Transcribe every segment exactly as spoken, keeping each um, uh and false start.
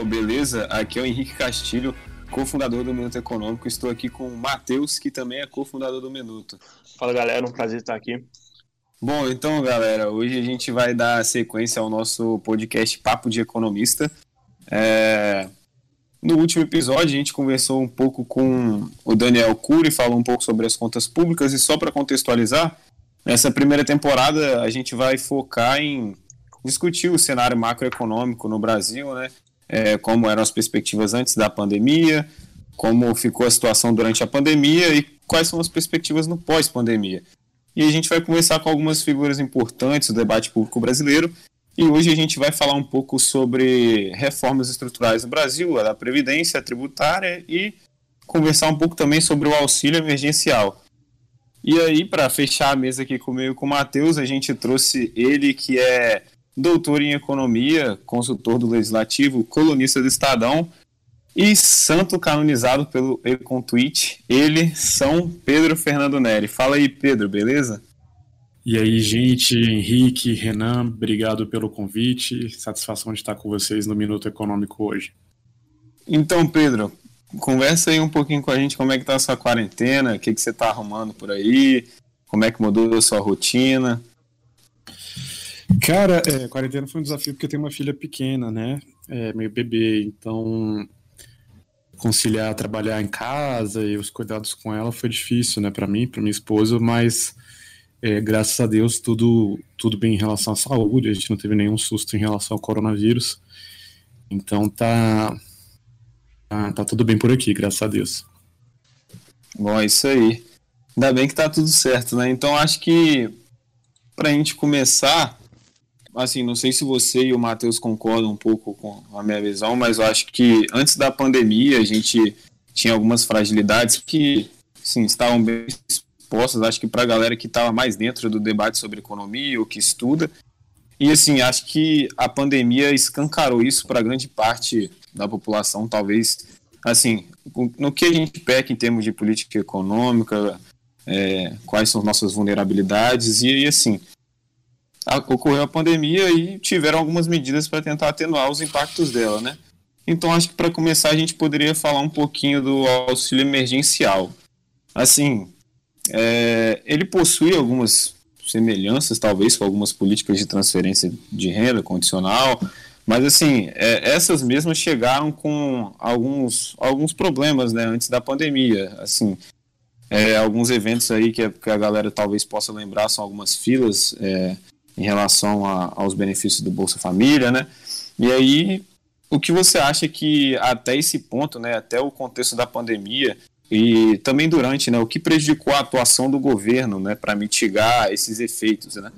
pessoal, beleza? Aqui é o Henrique Castilho, cofundador do Minuto Econômico. Estou aqui com o Matheus, que também é cofundador do Minuto. Fala galera, um prazer estar aqui. Bom, então galera, hoje a gente vai dar sequência ao nosso podcast Papo de Economista. É... No último episódio a gente conversou um pouco com o Daniel Cury, falou um pouco sobre as contas públicas, e só para contextualizar, nessa primeira temporada a gente vai focar em discutir o cenário macroeconômico no Brasil, né? É, como eram as perspectivas antes da pandemia, como ficou a situação durante a pandemia e quais são as perspectivas no pós-pandemia. E a gente vai conversar com algumas figuras importantes do debate público brasileiro, e hoje a gente vai falar um pouco sobre reformas estruturais no Brasil, a Previdência, a tributária, e conversar um pouco também sobre o auxílio emergencial. E aí, para fechar a mesa aqui comigo e com o Matheus, a gente trouxe ele, que é doutor em economia, consultor do Legislativo, colunista do Estadão e santo canonizado pelo Econtweet, ele, São Pedro Fernando Neri. Fala aí, Pedro, beleza? E aí, gente, Henrique, Renan, obrigado pelo convite, satisfação de estar com vocês no Minuto Econômico hoje. Então, Pedro, conversa aí um pouquinho com a gente, como é que tá a sua quarentena, o que, que você tá arrumando por aí, como é que mudou a sua rotina? Cara, é, quarentena foi um desafio porque eu tenho uma filha pequena, né, é, meio bebê, então conciliar trabalhar em casa e os cuidados com ela foi difícil, né, para mim, para minha esposa, mas é, graças a Deus tudo, tudo bem em relação à saúde, a gente não teve nenhum susto em relação ao coronavírus, então tá, tá, tá tudo bem por aqui, graças a Deus. Bom, é isso aí, ainda bem que tá tudo certo, né, então acho que pra gente começar, assim, não sei se você e o Matheus concordam um pouco com a minha visão, mas eu acho que antes da pandemia a gente tinha algumas fragilidades que, sim, estavam bem expostas, acho que para a galera que estava mais dentro do debate sobre economia ou que estuda. E, assim, acho que a pandemia escancarou isso para grande parte da população, talvez, assim, no que a gente peca em termos de política econômica, é, quais são as nossas vulnerabilidades e, e assim... ocorreu a pandemia e tiveram algumas medidas para tentar atenuar os impactos dela, né? Então, acho que para começar a gente poderia falar um pouquinho do auxílio emergencial. Assim, é, ele possui algumas semelhanças, talvez, com algumas políticas de transferência de renda condicional, mas, assim, é, essas mesmas chegaram com alguns, alguns problemas, né, antes da pandemia. Assim, é, alguns eventos aí que a, que a galera talvez possa lembrar são algumas filas... É, em relação a, aos benefícios do Bolsa Família, né? E aí, o que você acha que até esse ponto, né, até o contexto da pandemia e também durante, né, o que prejudicou a atuação do governo, né, para mitigar esses efeitos, né?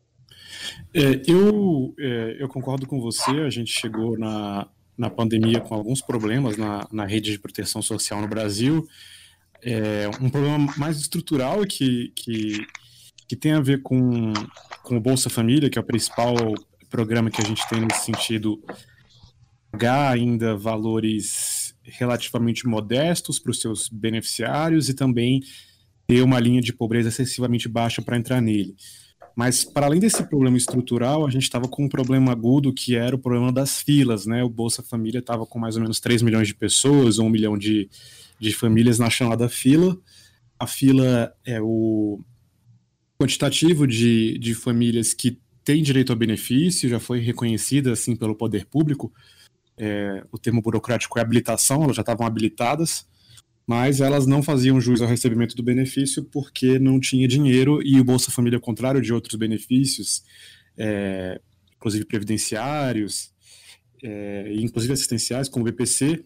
É, eu, é, eu concordo com você, a gente chegou na, na pandemia com alguns problemas na, na rede de proteção social no Brasil, é, um problema mais estrutural que, que, que tem a ver com com o Bolsa Família, que é o principal programa que a gente tem nesse sentido, pagar ainda valores relativamente modestos para os seus beneficiários e também ter uma linha de pobreza excessivamente baixa para entrar nele. Mas, para além desse problema estrutural, a gente estava com um problema agudo, que era o problema das filas, né? O Bolsa Família estava com mais ou menos três milhões de pessoas, ou um milhão de, de famílias na chamada fila. A fila é o quantitativo de, de famílias que têm direito ao benefício, já foi reconhecida assim pelo poder público, é, o termo burocrático é habilitação, elas já estavam habilitadas, mas elas não faziam jus ao recebimento do benefício porque não tinha dinheiro, e o Bolsa Família, ao contrário de outros benefícios, é, inclusive previdenciários, é, inclusive assistenciais, como o B P C,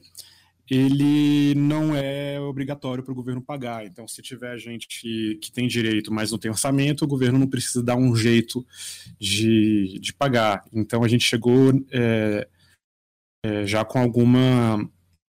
ele não é obrigatório para o governo pagar. Então, se tiver gente que tem direito, mas não tem orçamento, o governo não precisa dar um jeito de, de pagar. Então, a gente chegou é, é, já com alguma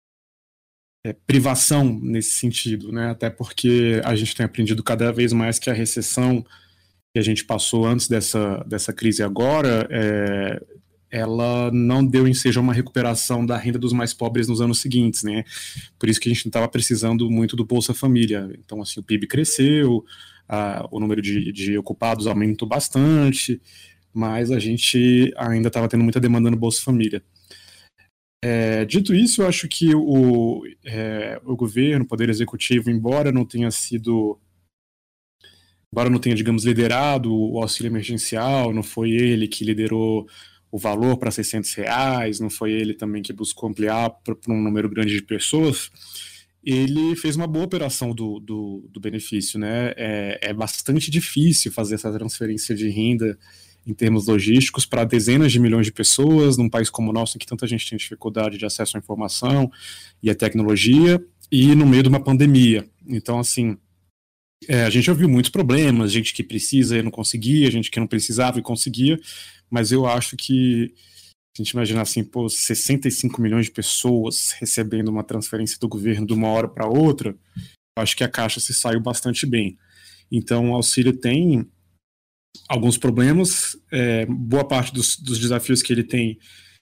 é, privação nesse sentido, né? Até porque a gente tem aprendido cada vez mais que a recessão que a gente passou antes dessa, dessa crise agora é, ela não deu ensejo a uma recuperação da renda dos mais pobres nos anos seguintes, né? Por isso que a gente não estava precisando muito do Bolsa Família. Então, assim, o P I B cresceu, a, o número de, de ocupados aumentou bastante, mas a gente ainda estava tendo muita demanda no Bolsa Família. É, dito isso, eu acho que o, é, o governo, o Poder Executivo, embora não tenha sido, embora não tenha, digamos, liderado o auxílio emergencial, não foi ele que liderou o valor para seiscentos reais, não foi ele também que buscou ampliar para um número grande de pessoas, ele fez uma boa operação do, do, do benefício, né? É, é bastante difícil fazer essa transferência de renda em termos logísticos para dezenas de milhões de pessoas num país como o nosso, em que tanta gente tem dificuldade de acesso à informação e à tecnologia, e no meio de uma pandemia. Então, assim, é, a gente ouviu muitos problemas, gente que precisa e não conseguia, gente que não precisava e conseguia, mas eu acho que, se a gente imaginar assim, pô, sessenta e cinco milhões de pessoas recebendo uma transferência do governo de uma hora para outra, eu acho que a Caixa se saiu bastante bem. Então, o auxílio tem alguns problemas, é, boa parte dos, dos desafios que ele tem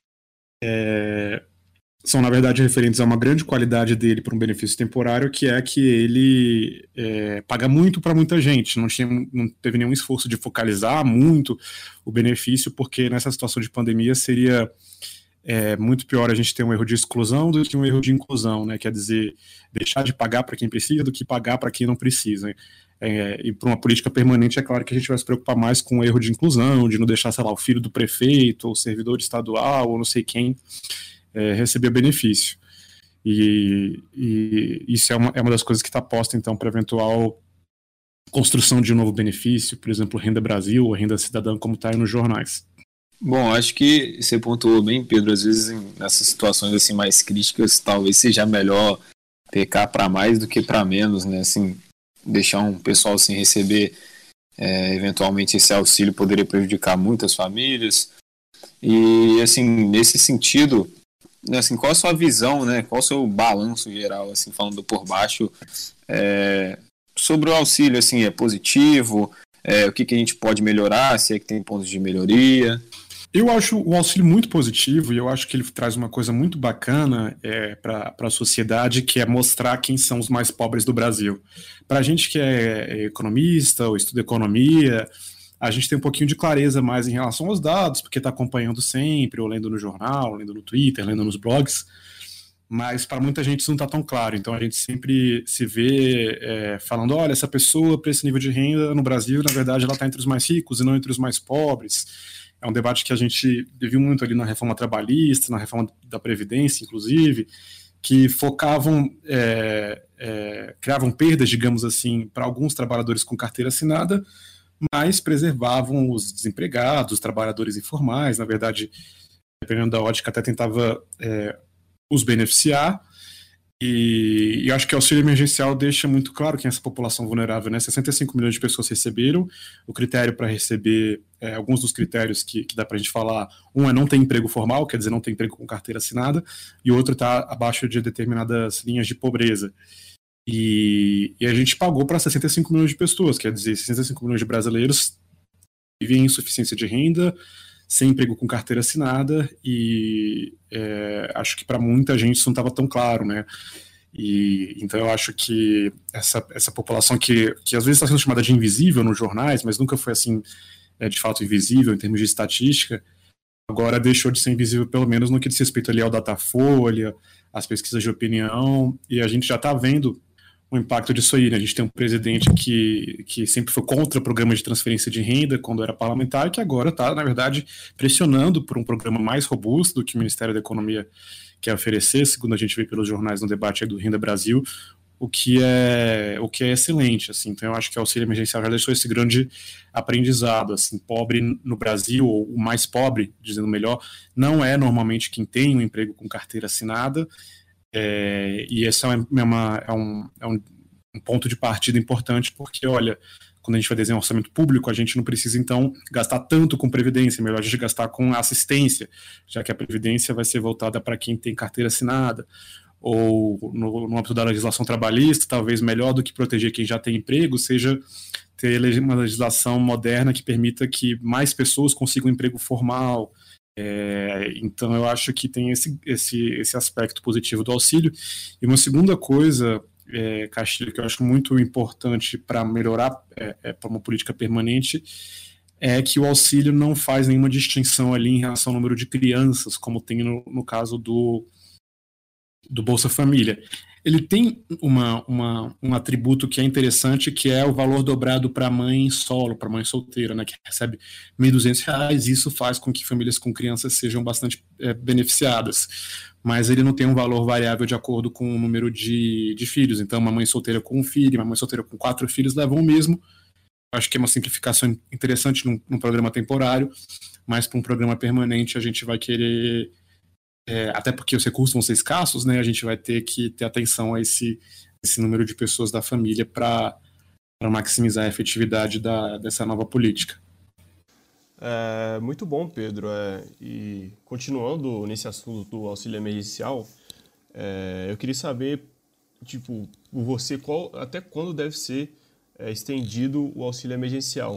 é, são, na verdade, referentes a uma grande qualidade dele para um benefício temporário, que é que ele é, paga muito para muita gente, não, tinha, não teve nenhum esforço de focalizar muito o benefício, porque nessa situação de pandemia seria é, muito pior a gente ter um erro de exclusão do que um erro de inclusão, né? Quer dizer, deixar de pagar para quem precisa do que pagar para quem não precisa, né? É, e para uma política permanente, é claro que a gente vai se preocupar mais com o erro de inclusão, de não deixar, sei lá, o filho do prefeito, ou servidor estadual, ou não sei quem, é, receber benefício. E, e isso é uma, é uma das coisas que está posta, então, para eventual construção de um novo benefício, por exemplo, Renda Brasil ou Renda Cidadã, como está aí nos jornais. Bom, acho que você pontuou bem, Pedro, às vezes em, nessas situações assim mais críticas, talvez seja melhor pecar para mais do que para menos, né, assim, deixar um pessoal sem receber é, eventualmente esse auxílio poderia prejudicar muitas famílias. E assim, nesse sentido, né, assim, qual a sua visão, né, qual o seu balanço geral, assim, falando por baixo, é, sobre o auxílio, assim, é positivo, é, o que, que a gente pode melhorar, se é que tem pontos de melhoria? Eu acho o auxílio muito positivo e eu acho que ele traz uma coisa muito bacana é, para a sociedade, que é mostrar quem são os mais pobres do Brasil. Para a gente que é economista ou estuda economia, a gente tem um pouquinho de clareza mais em relação aos dados, porque está acompanhando sempre, ou lendo no jornal, lendo no Twitter, lendo nos blogs, mas para muita gente isso não está tão claro. Então a gente sempre se vê é, falando, olha, essa pessoa para esse nível de renda no Brasil, na verdade ela está entre os mais ricos e não entre os mais pobres. É um debate que a gente viu muito ali na reforma trabalhista, na reforma da Previdência, inclusive, que focavam, é, é, criavam perdas, digamos assim, para alguns trabalhadores com carteira assinada, mas preservavam os desempregados, os trabalhadores informais. Na verdade, dependendo da ótica, até tentava é, os beneficiar. E, e acho que o auxílio emergencial deixa muito claro quem é essa população vulnerável, né? sessenta e cinco milhões de pessoas receberam. O critério para receber, é, alguns dos critérios que, que dá para a gente falar, um é não ter emprego formal, quer dizer, não ter emprego com carteira assinada, e o outro está abaixo de determinadas linhas de pobreza. E, e a gente pagou para sessenta e cinco milhões de pessoas, quer dizer, sessenta e cinco milhões de brasileiros vivem em insuficiência de renda, sem emprego com carteira assinada, e é, acho que para muita gente isso não estava tão claro, né? E, então eu acho que essa, essa população que, que às vezes está sendo chamada de invisível nos jornais, mas nunca foi assim, é, de fato invisível em termos de estatística, agora deixou de ser invisível pelo menos no que diz respeito ali ao Datafolha, às pesquisas de opinião, e a gente já está vendo o impacto disso aí, né? A gente tem um presidente que, que sempre foi contra o programa de transferência de renda quando era parlamentar, que agora está, na verdade, pressionando por um programa mais robusto do que o Ministério da Economia quer oferecer, segundo a gente vê pelos jornais no debate aí do Renda Brasil, o que é, o que é excelente, assim. Então eu acho que o auxílio emergencial já deixou esse grande aprendizado, assim, pobre no Brasil, ou o mais pobre, dizendo melhor, não é normalmente quem tem um emprego com carteira assinada. É, e esse é, uma, é, um, é um, um ponto de partida importante, porque, olha, quando a gente vai desenhar um orçamento público, a gente não precisa, então, gastar tanto com previdência, é melhor a gente gastar com assistência, já que a previdência vai ser voltada para quem tem carteira assinada, ou no, no âmbito da legislação trabalhista, talvez melhor do que proteger quem já tem emprego, seja ter uma legislação moderna que permita que mais pessoas consigam um emprego formal. É, então eu acho que tem esse, esse, esse aspecto positivo do auxílio. E uma segunda coisa, é, Castilho, que eu acho muito importante para melhorar é, é, para uma política permanente, é que o auxílio não faz nenhuma distinção ali em relação ao número de crianças, como tem no, no caso do, do Bolsa Família, ele tem uma, uma, um atributo que é interessante, que é o valor dobrado para mãe solo, para mãe solteira, né, que recebe mil e duzentos reais, e isso faz com que famílias com crianças sejam bastante é, beneficiadas. Mas ele não tem um valor variável de acordo com o número de, de filhos. Então, uma mãe solteira com um filho, uma mãe solteira com quatro filhos levam o mesmo. Acho que é uma simplificação interessante num, num programa temporário, mas para um programa permanente a gente vai querer... É, até porque os recursos vão ser escassos, né? A gente vai ter que ter atenção a esse, esse número de pessoas da família para maximizar a efetividade da, dessa nova política. É, muito bom, Pedro. É, e continuando nesse assunto do auxílio emergencial, é, eu queria saber, tipo, por você, qual, até quando deve ser é, estendido o auxílio emergencial?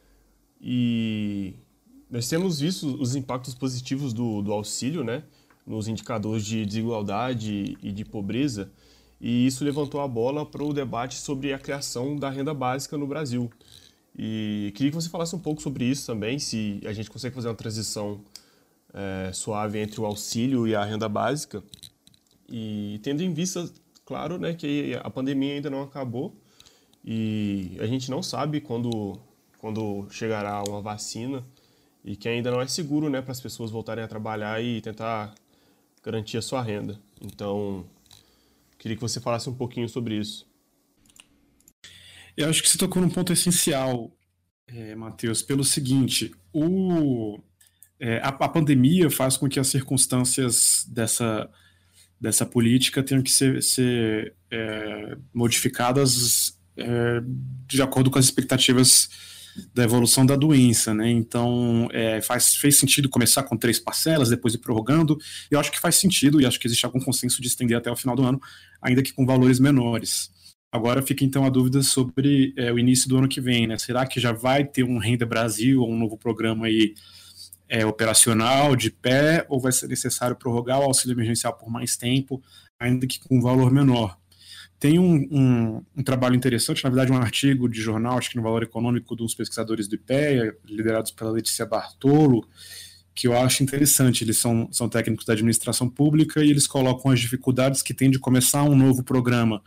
E nós temos visto os impactos positivos do, do auxílio, né? Nos indicadores de desigualdade e de pobreza, e isso levantou a bola para o debate sobre a criação da renda básica no Brasil. E queria que você falasse um pouco sobre isso também, se a gente consegue fazer uma transição é, suave entre o auxílio e a renda básica, e tendo em vista, claro, né, que a pandemia ainda não acabou, e a gente não sabe quando, quando chegará uma vacina, e que ainda não é seguro, né, para as pessoas voltarem a trabalhar e tentar garantir a sua renda. Então, queria que você falasse um pouquinho sobre isso. Eu acho que você tocou num ponto essencial, é, Matheus, pelo seguinte, o, é, a, a pandemia faz com que as circunstâncias dessa, dessa política tenham que ser, ser é, modificadas é, de acordo com as expectativas da evolução da doença, né? Então é, faz, fez sentido começar com três parcelas, depois ir prorrogando, e eu acho que faz sentido, e acho que existe algum consenso de estender até o final do ano, ainda que com valores menores. Agora fica então a dúvida sobre é, o início do ano que vem, né? Será que já vai ter um Renda Brasil, um novo programa aí é, operacional, de pé, ou vai ser necessário prorrogar o auxílio emergencial por mais tempo, ainda que com um valor menor? Tem um, um, um trabalho interessante, na verdade um artigo de jornal, acho que no Valor Econômico, dos pesquisadores do IPEA, liderados pela Letícia Bartolo, que eu acho interessante. Eles são, são técnicos da administração pública e eles colocam as dificuldades que tem de começar um novo programa,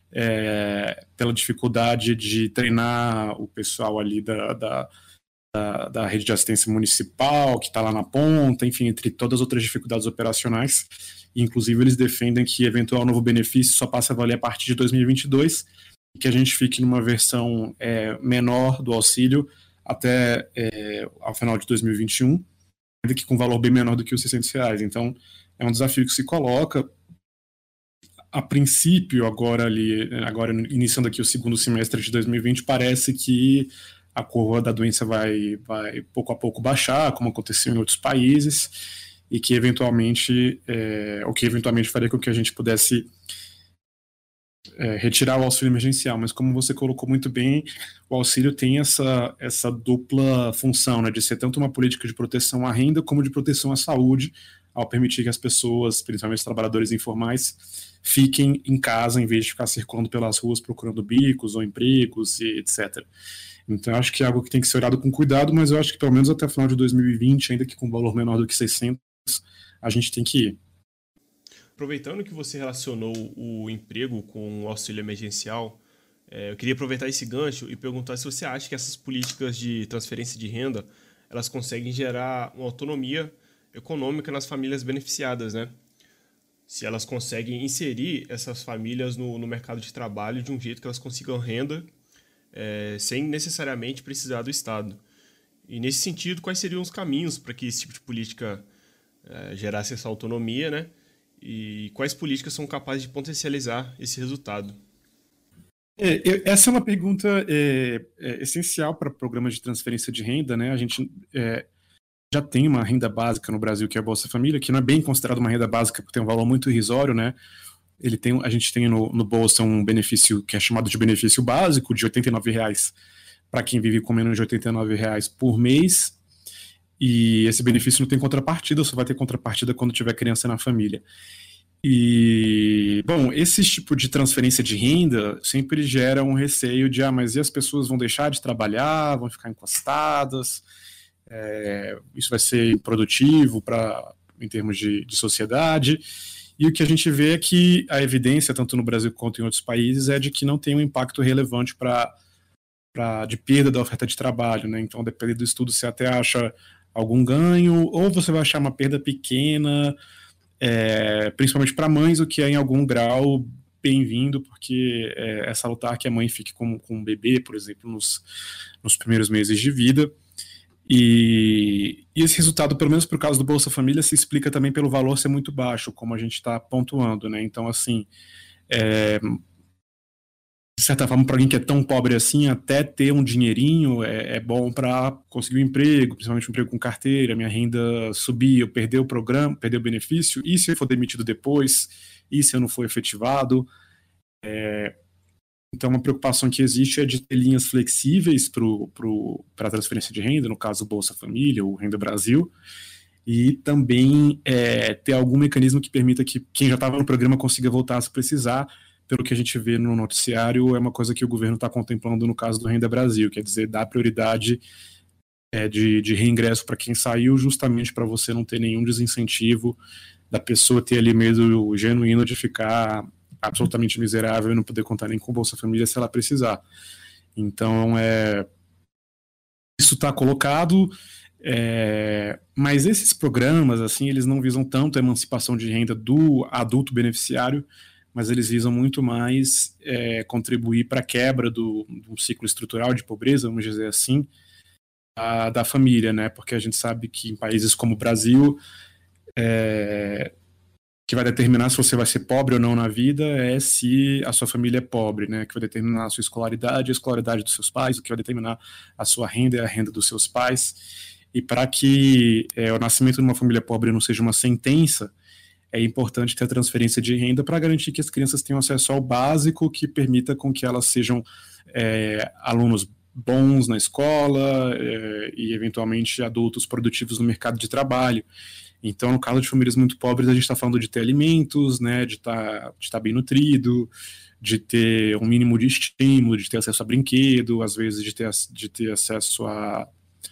é, pela dificuldade de treinar o pessoal ali da, da, da, da rede de assistência municipal, que está lá na ponta, enfim, entre todas as outras dificuldades operacionais. Inclusive, eles defendem que eventual novo benefício só passa a valer a partir de dois mil e vinte e dois e que a gente fique numa versão é, menor do auxílio até é, ao final de dois mil e vinte e um, ainda que com valor bem menor do que os seiscentos reais. Então, é um desafio que se coloca. A princípio, agora, ali, agora iniciando aqui o segundo semestre de dois mil e vinte, parece que a curva da doença vai, vai pouco a pouco baixar, como aconteceu em outros países, e que eventualmente, é, o que eventualmente faria com que a gente pudesse é, retirar o auxílio emergencial. Mas como você colocou muito bem, o auxílio tem essa, essa dupla função, né, de ser tanto uma política de proteção à renda como de proteção à saúde, ao permitir que as pessoas, principalmente os trabalhadores informais, fiquem em casa em vez de ficar circulando pelas ruas procurando bicos ou empregos, e etcétera. Então, eu acho que é algo que tem que ser olhado com cuidado, mas eu acho que pelo menos até o final de dois mil e vinte, ainda que com valor menor do que seiscentos, a gente tem que ir. Aproveitando que você relacionou o emprego com o auxílio emergencial, é, eu queria aproveitar esse gancho e perguntar se você acha que essas políticas de transferência de renda, elas conseguem gerar uma autonomia econômica nas famílias beneficiadas, né? Se elas conseguem inserir essas famílias no, no mercado de trabalho de um jeito que elas consigam renda, é, sem necessariamente precisar do Estado. E nesse sentido, quais seriam os caminhos para que esse tipo de política é, gerasse essa autonomia, né? E quais políticas são capazes de potencializar esse resultado? É, essa é uma pergunta é, é, essencial para programas de transferência de renda, né? A gente é, já tem uma renda básica no Brasil, que é a Bolsa Família, que não é bem considerada uma renda básica, porque tem um valor muito irrisório, né? Ele tem, a gente tem no, no Bolsa um benefício que é chamado de benefício básico, de oitenta e nove reais para quem vive com menos de oitenta e nove reais por mês, e esse benefício não tem contrapartida, só vai ter contrapartida quando tiver criança na família. E, bom, esse tipo de transferência de renda sempre gera um receio de, ah, mas e as pessoas vão deixar de trabalhar, vão ficar encostadas, é, isso vai ser improdutivo pra, em termos de, de sociedade. E o que a gente vê é que a evidência, tanto no Brasil quanto em outros países, é de que não tem um impacto relevante para Pra, de perda da oferta de trabalho, né? Então, dependendo do estudo, você até acha algum ganho, ou você vai achar uma perda pequena, é, principalmente para mães, o que é em algum grau bem-vindo, porque é, é salutar que a mãe fique com, com um bebê, por exemplo, nos, nos primeiros meses de vida. E, e esse resultado, pelo menos por causa do Bolsa Família, se explica também pelo valor ser muito baixo, como a gente está pontuando, né? Então, assim, é, de certa forma, para alguém que é tão pobre assim, até ter um dinheirinho é, é bom para conseguir um emprego, principalmente um emprego com carteira, minha renda subir, eu perder o programa, perder o benefício, e se eu for demitido depois, e se eu não for efetivado. É, então, uma preocupação que existe é de ter linhas flexíveis para a transferência de renda, no caso Bolsa Família ou Renda Brasil, e também é, ter algum mecanismo que permita que quem já estava no programa consiga voltar se precisar. Pelo que a gente vê no noticiário, é uma coisa que o governo está contemplando no caso do Renda Brasil, quer dizer, dar prioridade é, de, de reingresso para quem saiu, justamente para você não ter nenhum desincentivo da pessoa ter ali medo genuíno de ficar absolutamente miserável e não poder contar nem com Bolsa Família se ela precisar. Então, é, isso está colocado, é, mas esses programas, assim, eles não visam tanto a emancipação de renda do adulto beneficiário, mas eles visam muito mais é, contribuir para a quebra do, do ciclo estrutural de pobreza, vamos dizer assim, a, da família, né? Porque a gente sabe que em países como o Brasil, é, que vai determinar se você vai ser pobre ou não na vida é se a sua família é pobre, né? Que vai determinar a sua escolaridade, a escolaridade dos seus pais, o que vai determinar a sua renda e a renda dos seus pais. E para que é, o nascimento de uma família pobre não seja uma sentença, é importante ter a transferência de renda para garantir que as crianças tenham acesso ao básico que permita com que elas sejam é, alunos bons na escola é, e, eventualmente, adultos produtivos no mercado de trabalho. Então, no caso de famílias muito pobres, a gente está falando de ter alimentos, né, de estar tá, de tá bem nutrido, de ter um mínimo de estímulo, de ter acesso a brinquedo, às vezes de ter, de ter acesso a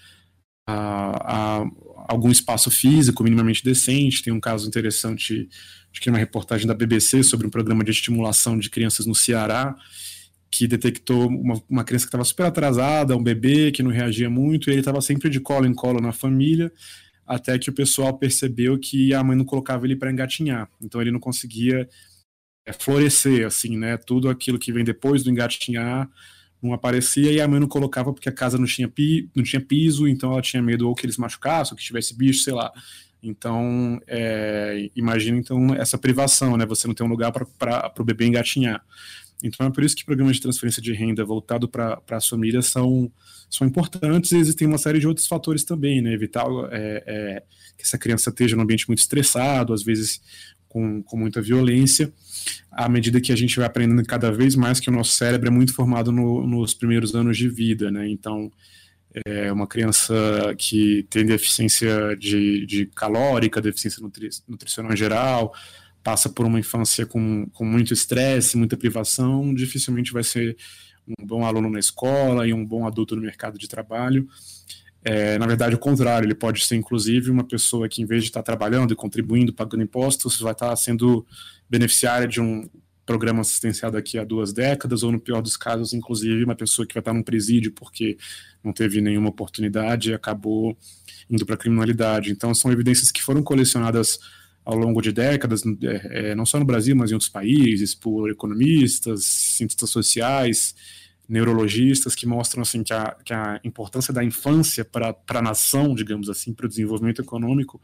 A, a algum espaço físico minimamente decente. Tem um caso interessante, acho que é uma reportagem da B B C sobre um programa de estimulação de crianças no Ceará, que detectou uma, uma criança que estava super atrasada, um bebê que não reagia muito, e ele estava sempre de colo em colo na família, até que o pessoal percebeu que a mãe não colocava ele para engatinhar, então ele não conseguia é, florescer, assim, né, tudo aquilo que vem depois do engatinhar não aparecia, e a mãe não colocava porque a casa não tinha, pi, não tinha piso, então ela tinha medo ou que eles machucassem, ou que tivesse bicho, sei lá. Então, é, imagina então essa privação, né? Você não tem um lugar para o bebê engatinhar. Então é por isso que programas de transferência de renda voltado para as famílias são, são importantes, e existem uma série de outros fatores também, né? Evitar é, é, que essa criança esteja num ambiente muito estressado, às vezes com, com muita violência, à medida que a gente vai aprendendo cada vez mais que o nosso cérebro é muito formado no, nos primeiros anos de vida, né? Então, é uma criança que tem deficiência de, de calórica, deficiência nutri, nutricional em geral, passa por uma infância com, com muito estresse, muita privação, dificilmente vai ser um bom aluno na escola e um bom adulto no mercado de trabalho. É, na verdade, o contrário, ele pode ser, inclusive, uma pessoa que, em vez de estar trabalhando e contribuindo, pagando impostos, vai estar sendo beneficiária de um programa assistencial daqui a duas décadas, ou, no pior dos casos, inclusive, uma pessoa que vai estar num presídio porque não teve nenhuma oportunidade e acabou indo para a criminalidade. Então, são evidências que foram colecionadas ao longo de décadas, é, não só no Brasil, mas em outros países, por economistas, cientistas sociais, neurologistas, que mostram assim, que, a, que a importância da infância para a nação, digamos assim, para o desenvolvimento econômico,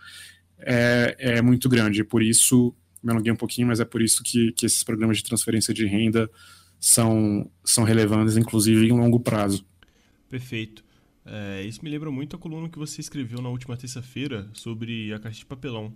é, é muito grande. E por isso, me alonguei um pouquinho, mas é por isso que, que esses programas de transferência de renda são, são relevantes, inclusive em longo prazo. Perfeito. É, isso me lembra muito a coluna que você escreveu na última terça-feira sobre a caixa de papelão.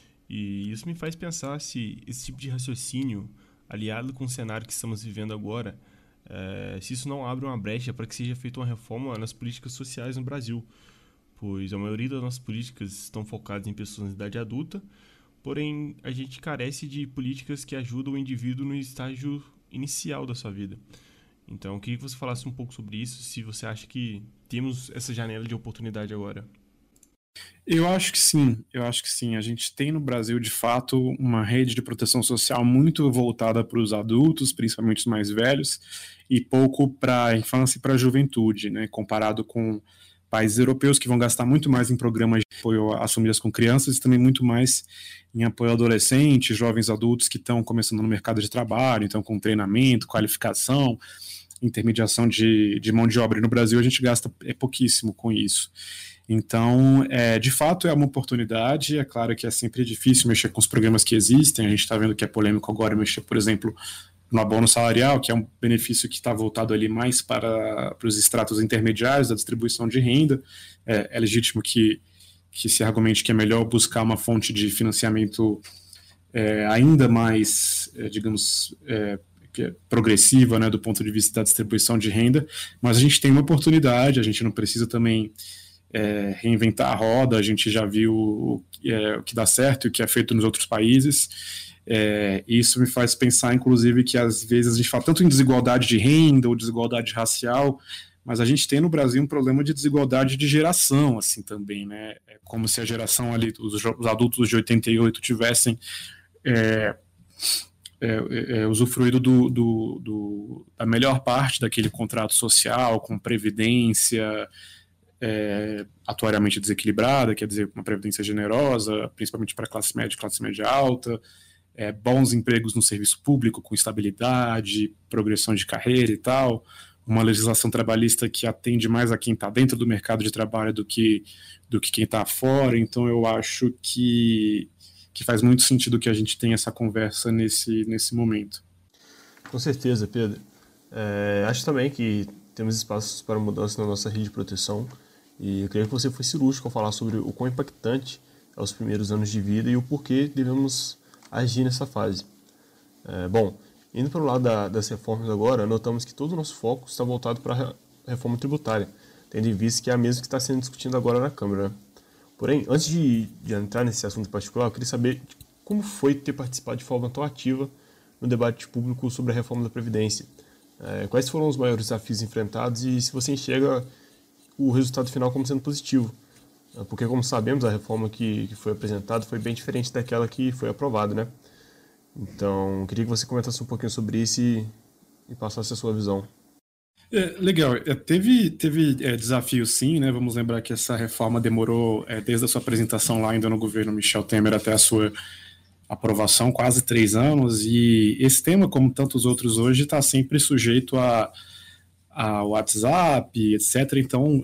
E isso me faz pensar se esse tipo de raciocínio, aliado com o cenário que estamos vivendo agora, é, se isso não abre uma brecha para que seja feita uma reforma nas políticas sociais no Brasil, pois a maioria das nossas políticas estão focadas em pessoas em idade adulta, porém a gente carece de políticas que ajudam o indivíduo no estágio inicial da sua vida. Então, eu queria que você falasse um pouco sobre isso, se você acha que temos essa janela de oportunidade agora. Eu acho que sim, eu acho que sim. A gente tem no Brasil, de fato, uma rede de proteção social muito voltada para os adultos, principalmente os mais velhos, e pouco para a infância e para a juventude, né? Comparado com países europeus que vão gastar muito mais em programas de apoio às famílias com crianças e também muito mais em apoio a adolescentes, jovens adultos que estão começando no mercado de trabalho, então com treinamento, qualificação, intermediação de, de mão de obra. E no Brasil a gente gasta é pouquíssimo com isso. Então, é, de fato, é uma oportunidade. É claro que é sempre difícil mexer com os programas que existem. A gente está vendo que é polêmico agora mexer, por exemplo, no abono salarial, que é um benefício que está voltado ali mais para, para os estratos intermediários da distribuição de renda. É, é legítimo que, que se argumente que é melhor buscar uma fonte de financiamento é, ainda mais, é, digamos, é, progressiva, né, do ponto de vista da distribuição de renda, mas a gente tem uma oportunidade, a gente não precisa também É, reinventar a roda. A gente já viu o, é, o que dá certo e o que é feito nos outros países. É, isso me faz pensar, inclusive, que às vezes a gente fala tanto em desigualdade de renda ou desigualdade racial, mas a gente tem no Brasil um problema de desigualdade de geração, assim, também, né? É como se a geração ali, os, os adultos de oitenta e oito tivessem é, é, é, usufruído do, do, do, da melhor parte daquele contrato social, com previdência É, atuariamente desequilibrada, quer dizer, uma previdência generosa, principalmente para classe média e classe média alta, é, bons empregos no serviço público, com estabilidade, progressão de carreira e tal, uma legislação trabalhista que atende mais a quem está dentro do mercado de trabalho do que, do que quem está fora. Então eu acho que, que faz muito sentido que a gente tenha essa conversa nesse, nesse momento. Com certeza, Pedro. É, acho também que temos espaços para mudança na nossa rede de proteção. E eu queria que você fosse cirúrgico ao falar sobre o quão impactante é os primeiros anos de vida e o porquê devemos agir nessa fase. É, bom, indo para o lado da, das reformas agora, notamos que todo o nosso foco está voltado para a reforma tributária, tendo em vista que é a mesma que está sendo discutida agora na Câmara, né? Porém, antes de, de entrar nesse assunto em particular, eu queria saber como foi ter participado de forma tão ativa no debate público sobre a reforma da Previdência. É, quais foram os maiores desafios enfrentados e se você enxerga o resultado final como sendo positivo, porque, como sabemos, a reforma que, que foi apresentada foi bem diferente daquela que foi aprovada, né? Então, queria que você comentasse um pouquinho sobre isso e, e passasse a sua visão. É, legal, é, teve, teve é, desafio sim, né? Vamos lembrar que essa reforma demorou, é, desde a sua apresentação lá ainda no governo Michel Temer até a sua aprovação, quase três anos, e esse tema, como tantos outros hoje, está sempre sujeito a a WhatsApp, etcétera. Então,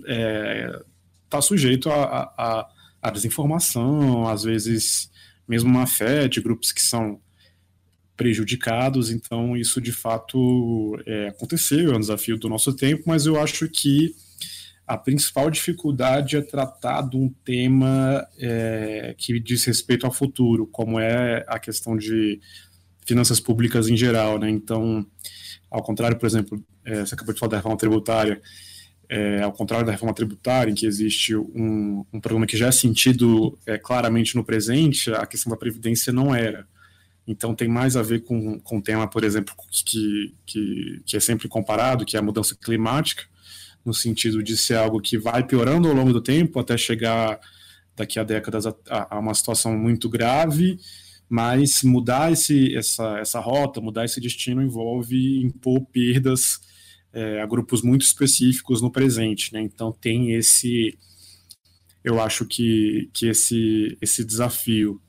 está é, sujeito a, a, a desinformação, às vezes mesmo má fé de grupos que são prejudicados. Então, isso de fato é, aconteceu, é um desafio do nosso tempo, mas eu acho que a principal dificuldade é tratar de um tema é, que diz respeito ao futuro, como é a questão de finanças públicas em geral, né? Então, ao contrário, por exemplo, é, você acabou de falar da reforma tributária, é, ao contrário da reforma tributária, em que existe um, um programa que já é sentido é, claramente no presente, a questão da Previdência não era. Então tem mais a ver com, com o tema, por exemplo, que, que, que é sempre comparado, que é a mudança climática, no sentido de ser algo que vai piorando ao longo do tempo, até chegar daqui a décadas a, a uma situação muito grave, mas mudar esse, essa, essa rota, mudar esse destino envolve impor perdas é, a grupos muito específicos no presente, né? Então tem esse, eu acho que, que esse, esse desafio.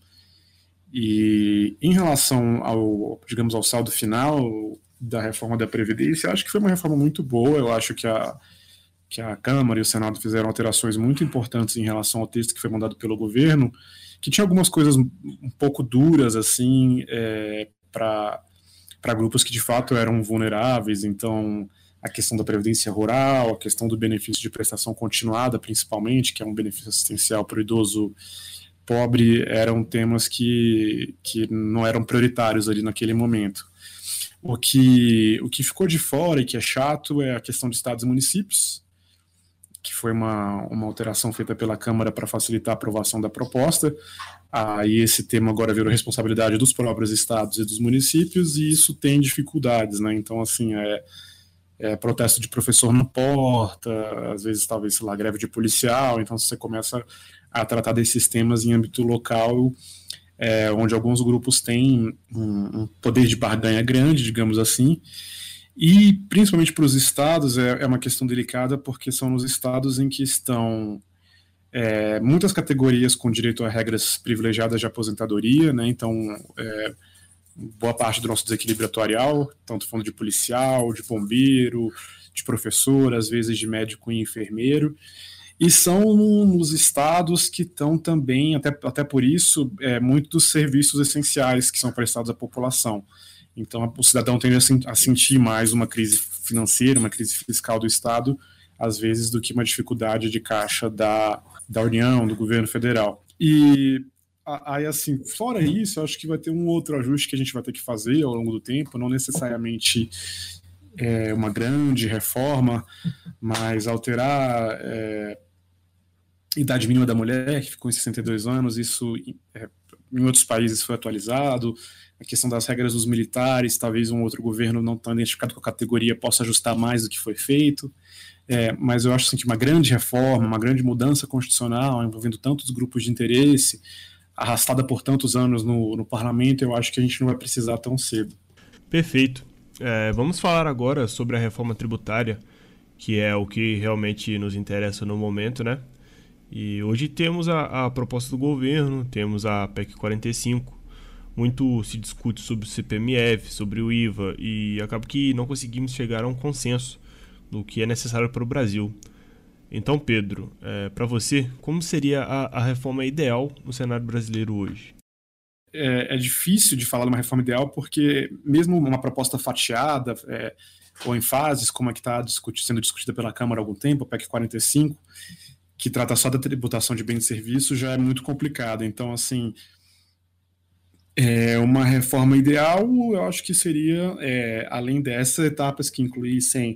E em relação ao, digamos, ao saldo final da reforma da Previdência, eu acho que foi uma reforma muito boa. Eu acho que a, que a Câmara e o Senado fizeram alterações muito importantes em relação ao texto que foi mandado pelo governo, que tinha algumas coisas um pouco duras, assim, é, para para grupos que de fato eram vulneráveis. Então, a questão da previdência rural, a questão do benefício de prestação continuada, principalmente, que é um benefício assistencial para o idoso pobre, eram temas que, que não eram prioritários ali naquele momento. O que, o que ficou de fora e que é chato é a questão de estados e municípios, que foi uma, uma alteração feita pela Câmara para facilitar a aprovação da proposta. Aí ah, esse tema agora virou responsabilidade dos próprios estados e dos municípios, e isso tem dificuldades, né? Então, assim, é, é protesto de professor na porta, às vezes, talvez, sei lá, greve de policial. Então, você começa a tratar desses temas em âmbito local, é, onde alguns grupos têm um, um poder de barganha grande, digamos assim, e principalmente para os estados é, é uma questão delicada, porque são nos estados em que estão é, muitas categorias com direito a regras privilegiadas de aposentadoria, né? Então, é, boa parte do nosso desequilíbrio atuarial, tanto falando de policial, de bombeiro, de professor, às vezes de médico e enfermeiro, e são nos estados que estão também, até, até por isso, é, muito dos serviços essenciais que são prestados à população. Então, o cidadão tende a sentir mais uma crise financeira, uma crise fiscal do Estado, às vezes, do que uma dificuldade de caixa da, da União, do governo federal. E aí, assim, fora isso, eu acho que vai ter um outro ajuste que a gente vai ter que fazer ao longo do tempo, não necessariamente é, uma grande reforma, mas alterar é, a idade mínima da mulher, que ficou em sessenta e dois anos, isso é, em outros países foi atualizado, a questão das regras dos militares, talvez um outro governo não tão identificado com a categoria possa ajustar mais do que foi feito, é, mas eu acho assim, que uma grande reforma, uma grande mudança constitucional, envolvendo tantos grupos de interesse, arrastada por tantos anos no, no parlamento, eu acho que a gente não vai precisar tão cedo. Perfeito. É, vamos falar agora sobre a reforma tributária, que é o que realmente nos interessa no momento, né? E hoje temos a, a proposta do governo, temos a P E C quarenta e cinco, muito se discute sobre o C P M F, sobre o I V A, e acaba que não conseguimos chegar a um consenso do que é necessário para o Brasil. Então, Pedro, é, para você, como seria a, a reforma ideal no cenário brasileiro hoje? É, é difícil de falar de uma reforma ideal, porque mesmo uma proposta fatiada, é, ou em fases, como a que está discuti- sendo discutida pela Câmara há algum tempo, a P E C quarenta e cinco, que trata só da tributação de bens e serviços, já é muito complicada. Então, assim, é uma reforma ideal, eu acho que seria, é, além dessas etapas que incluíssem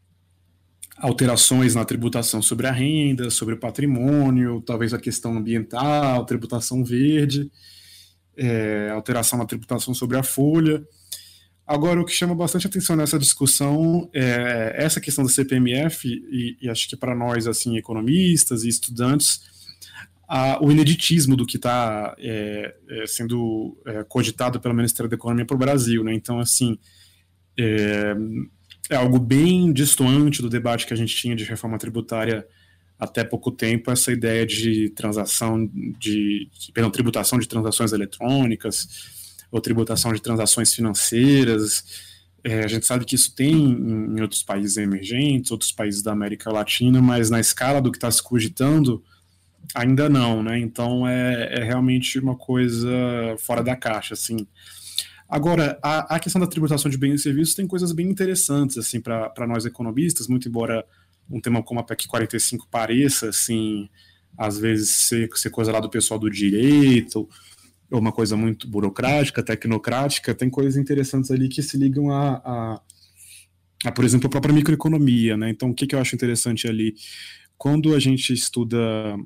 alterações na tributação sobre a renda, sobre o patrimônio, talvez a questão ambiental, tributação verde, é, alteração na tributação sobre a folha. Agora, o que chama bastante atenção nessa discussão é essa questão da C P M F, e, e acho que para nós, assim, economistas e estudantes, a, o ineditismo do que está é, é, sendo é, cogitado pelo Ministério da Economia para o Brasil, né? Então, assim, é, é algo bem distoante do debate que a gente tinha de reforma tributária até pouco tempo, essa ideia de transação, de, de perdão, tributação de transações eletrônicas, ou tributação de transações financeiras. É, a gente sabe que isso tem em, em outros países emergentes, outros países da América Latina, mas na escala do que está se cogitando, ainda não, né? Então é, é realmente uma coisa fora da caixa, assim. Agora, a, a questão da tributação de bens e serviços tem coisas bem interessantes, assim, para nós economistas, muito embora um tema como a P E C quarenta e cinco pareça, assim, às vezes ser, ser coisa lá do pessoal do direito, ou uma coisa muito burocrática, tecnocrática, tem coisas interessantes ali que se ligam a, a, a por exemplo, a própria microeconomia, né? Então, o que, que eu acho interessante ali? Quando a gente estuda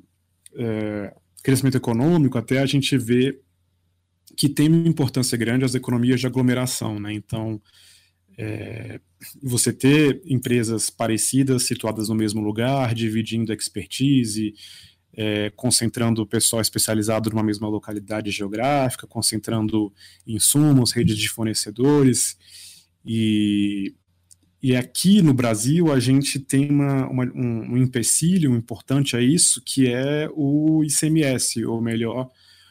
é, crescimento econômico, até a gente vê que tem uma importância grande as economias de aglomeração, né? Então, é, você ter empresas parecidas, situadas no mesmo lugar, dividindo expertise, É, concentrando o pessoal especializado numa mesma localidade geográfica, concentrando insumos, redes de fornecedores, e, e aqui no Brasil a gente tem uma, uma, um, um empecilho importante a isso, que é o I C M S, ou melhor,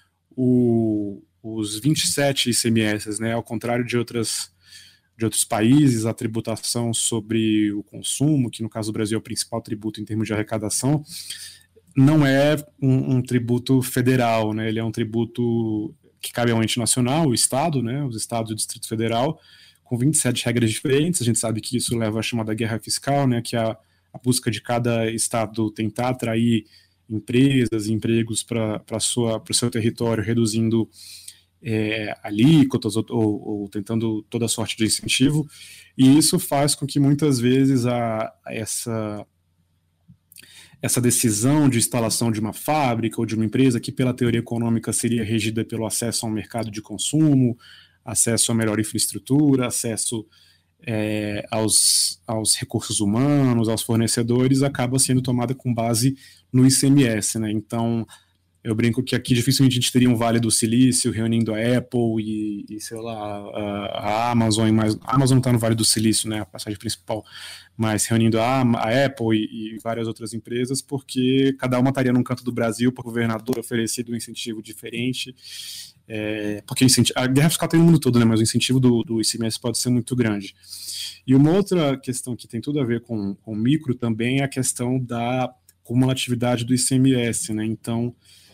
o, os vinte e sete I C M S, né? Ao contrário de outras de outros países, a tributação sobre o consumo, que no caso do Brasil é o principal tributo em termos de arrecadação, não é um, um tributo federal, né? Ele é um tributo que cabe ao ente nacional, o Estado, né? Os Estados e o Distrito Federal, com vinte e sete regras diferentes. A gente sabe que isso leva à chamada guerra fiscal, né? Que é a, a busca de cada Estado tentar atrair empresas e empregos para o seu território, reduzindo é, alíquotas ou, ou, ou tentando toda sorte de incentivo. E isso faz com que muitas vezes a, a essa... essa decisão de instalação de uma fábrica ou de uma empresa que pela teoria econômica seria regida pelo acesso a um mercado de consumo, acesso a melhor infraestrutura, acesso é, aos, aos recursos humanos, aos fornecedores, acaba sendo tomada com base no I C M S, né? Então, Eu brinco que aqui dificilmente a gente teria um Vale do Silício reunindo a Apple e, e sei lá, a, a Amazon e mais. A Amazon não está no Vale do Silício, né, a passagem principal, mas reunindo a, a Apple e, e várias outras empresas, porque cada uma estaria num canto do Brasil, para o governador oferecido um incentivo diferente. É, porque incentivo, a guerra fiscal tem no mundo todo, né, mas o incentivo do, do I C M S pode ser muito grande. E uma outra questão que tem tudo a ver com, com o micro também é a questão da cumulatividade do I C M S, né? Então,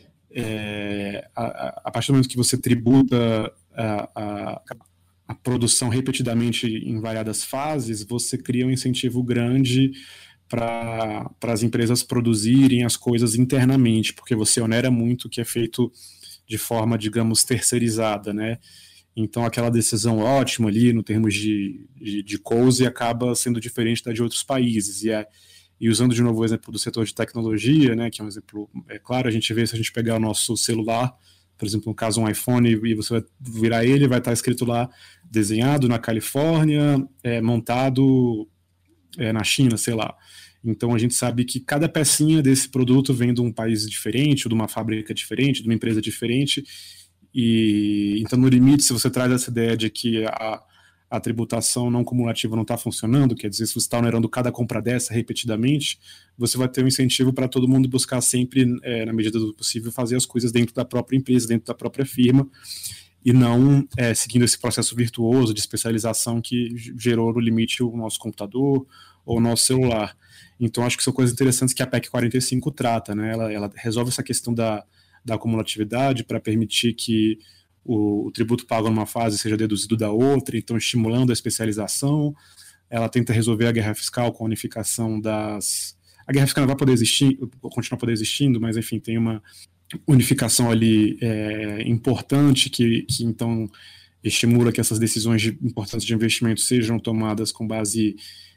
é, a, a partir do momento que você tributa a, a, a produção repetidamente em variadas fases, você cria um incentivo grande para as empresas produzirem as coisas internamente, porque você onera muito o que é feito de forma, digamos, terceirizada, né? Então, aquela decisão ótima ali, no termos de, de, de coisa, acaba sendo diferente da de outros países. E, é, e usando de novo o exemplo do setor de tecnologia, né, que é um exemplo, é claro, a gente vê se a gente pegar o nosso celular, por exemplo, no caso um iPhone, e você vai virar ele, vai estar escrito lá, desenhado na Califórnia, é, montado é, na China, sei lá. Então, a gente sabe que cada pecinha desse produto vem de um país diferente, ou de uma fábrica diferente, de uma empresa diferente. E então, no limite, se você traz essa ideia de que a, a tributação não cumulativa não está funcionando, quer dizer, se você está onerando cada compra dessa repetidamente, você vai ter um incentivo para todo mundo buscar sempre, é, na medida do possível, fazer as coisas dentro da própria empresa, dentro da própria firma, e não é, seguindo esse processo virtuoso de especialização que gerou no limite o nosso computador ou o nosso celular. Então, acho que são coisas interessantes que a P E C quarenta e cinco trata, né? Ela, ela resolve essa questão da da acumulatividade para permitir que o, o tributo pago numa fase seja deduzido da outra, então estimulando a especialização. Ela tenta resolver a guerra fiscal com a unificação das... A guerra fiscal não vai poder existir, continuar poder existindo, mas enfim, tem uma unificação ali é, importante que, que então estimula que essas decisões de, importantes de investimento sejam tomadas com base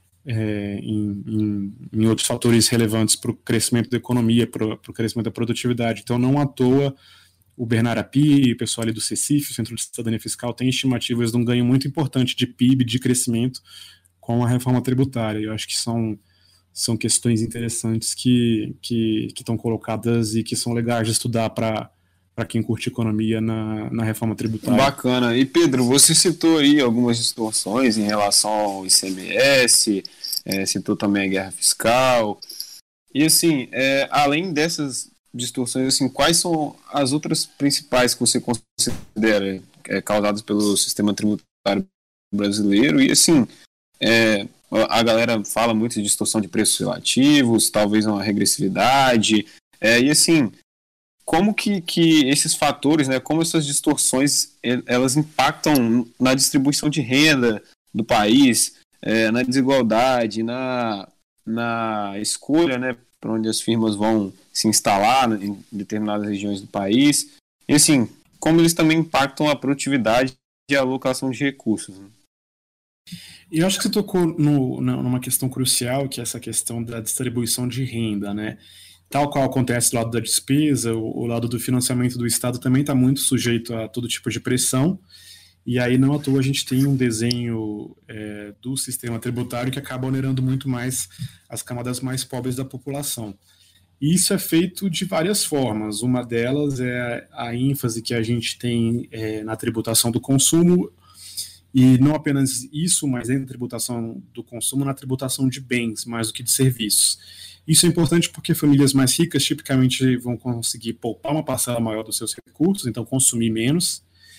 É, em, em, em outros fatores relevantes para o crescimento da economia, para o crescimento da produtividade. Então, não à toa, o Bernard Api, o pessoal ali do CECIF, o Centro de Cidadania Fiscal, tem estimativas de um ganho muito importante de P I B, de crescimento, com a reforma tributária. Eu acho que são, são questões interessantes que, que, que estão colocadas e que são legais de estudar para para quem curte economia na, na reforma tributária. Bacana. E Pedro, você citou aí algumas distorções em relação ao I C M S, é, citou também a guerra fiscal. E assim, é, além dessas distorções, assim, quais são as outras principais que você considera é, causadas pelo sistema tributário brasileiro? E assim, é, a galera fala muito de distorção de preços relativos, talvez uma regressividade, é, e assim, como que, que esses fatores, né, como essas distorções, elas impactam na distribuição de renda do país, é, na desigualdade, na, na escolha, né, para onde as firmas vão se instalar em determinadas regiões do país, e assim, como eles também impactam a produtividade e a alocação de recursos, né? E eu acho que você tocou no, numa questão crucial, que é essa questão da distribuição de renda, né? Tal qual acontece do lado da despesa, o, o lado do financiamento do Estado também está muito sujeito a todo tipo de pressão, e aí não à toa a gente tem um desenho é, do sistema tributário que acaba onerando muito mais as camadas mais pobres da população. E isso é feito de várias formas. Uma delas é a ênfase que a gente tem é, na tributação do consumo, e não apenas isso, mas na tributação do consumo, na tributação de bens, mais do que de serviços. Isso é importante porque famílias mais ricas tipicamente vão conseguir poupar uma parcela maior dos seus recursos, então consumir menos.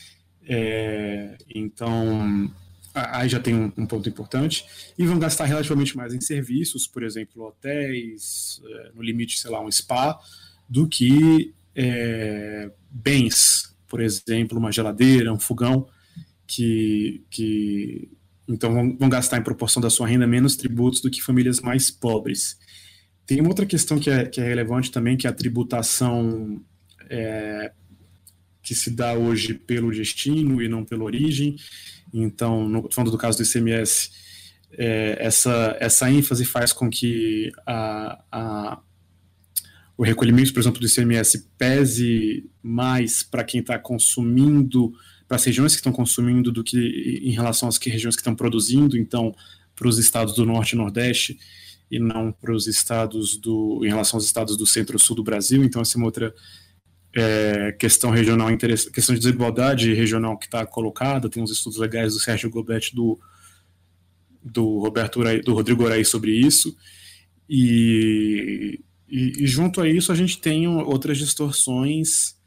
É, então, aí já tem um, um ponto importante. E vão gastar relativamente mais em serviços, por exemplo, hotéis, é, no limite, sei lá, um spa, do que é, bens, por exemplo, uma geladeira, um fogão, que, que então vão, vão gastar em proporção da sua renda menos tributos do que famílias mais pobres. Tem uma outra questão que é, que é relevante também, que é a tributação é, que se dá hoje pelo destino e não pela origem. Então, no, falando do caso do I C M S, é, essa, essa ênfase faz com que a, a, o recolhimento, por exemplo, do I C M S pese mais para quem está consumindo, para as regiões que estão consumindo, do que em relação às que, regiões que estão produzindo. Então, para os estados do Norte e Nordeste, e não para os estados do, em relação aos estados do centro-sul do Brasil. Então, essa é uma outra é, questão regional interessante, questão de desigualdade regional que está colocada, tem uns estudos legais do Sérgio Gobetti, do, do, Roberto Urai, do Rodrigo Urai sobre isso, e, e, e junto a isso a gente tem outras distorções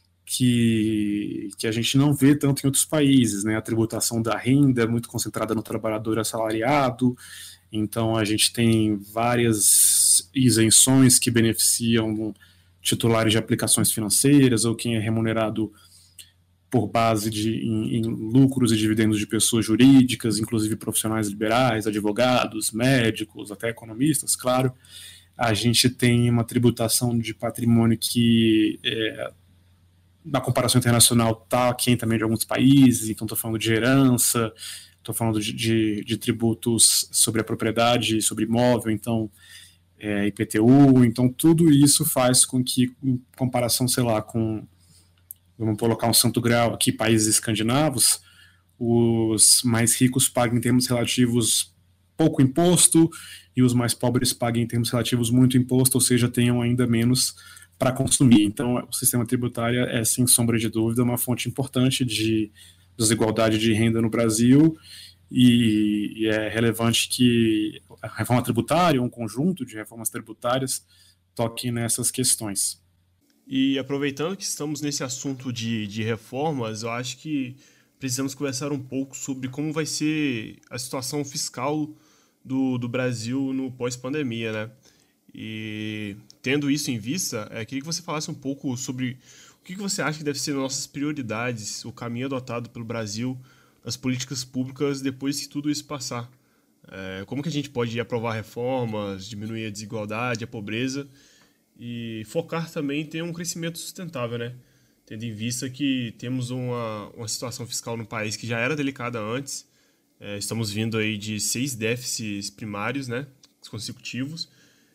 que, que a gente não vê tanto em outros países, né? A tributação da renda é muito concentrada no trabalhador assalariado, então a gente tem várias isenções que beneficiam titulares de aplicações financeiras ou quem é remunerado por base de em, em lucros e dividendos de pessoas jurídicas, inclusive profissionais liberais, advogados, médicos, até economistas, claro. A gente tem uma tributação de patrimônio que é, na comparação internacional está aquém também de alguns países, então estou falando de herança, estou falando de, de, de tributos sobre a propriedade, sobre imóvel, então é, I P T U, então tudo isso faz com que, em comparação, sei lá, com, vamos colocar um santo grau aqui, países escandinavos, os mais ricos paguem em termos relativos pouco imposto e os mais pobres paguem em termos relativos muito imposto, ou seja, tenham ainda menos para consumir. Então, o sistema tributário é, sem sombra de dúvida, uma fonte importante de desigualdade de renda no Brasil e, e é relevante que a reforma tributária, um conjunto de reformas tributárias, toque nessas questões. E aproveitando que estamos nesse assunto de, de reformas, eu acho que precisamos conversar um pouco sobre como vai ser a situação fiscal do, do Brasil no pós-pandemia, né? E tendo isso em vista, eu queria que você falasse um pouco sobre o que você acha que deve ser nossas prioridades, o caminho adotado pelo Brasil, as políticas públicas depois que tudo isso passar. É, como que a gente pode aprovar reformas, diminuir a desigualdade, a pobreza e focar também em ter um crescimento sustentável, né? Tendo em vista que temos uma, uma situação fiscal no país que já era delicada antes, é, estamos vindo aí de seis déficits primários, né, consecutivos,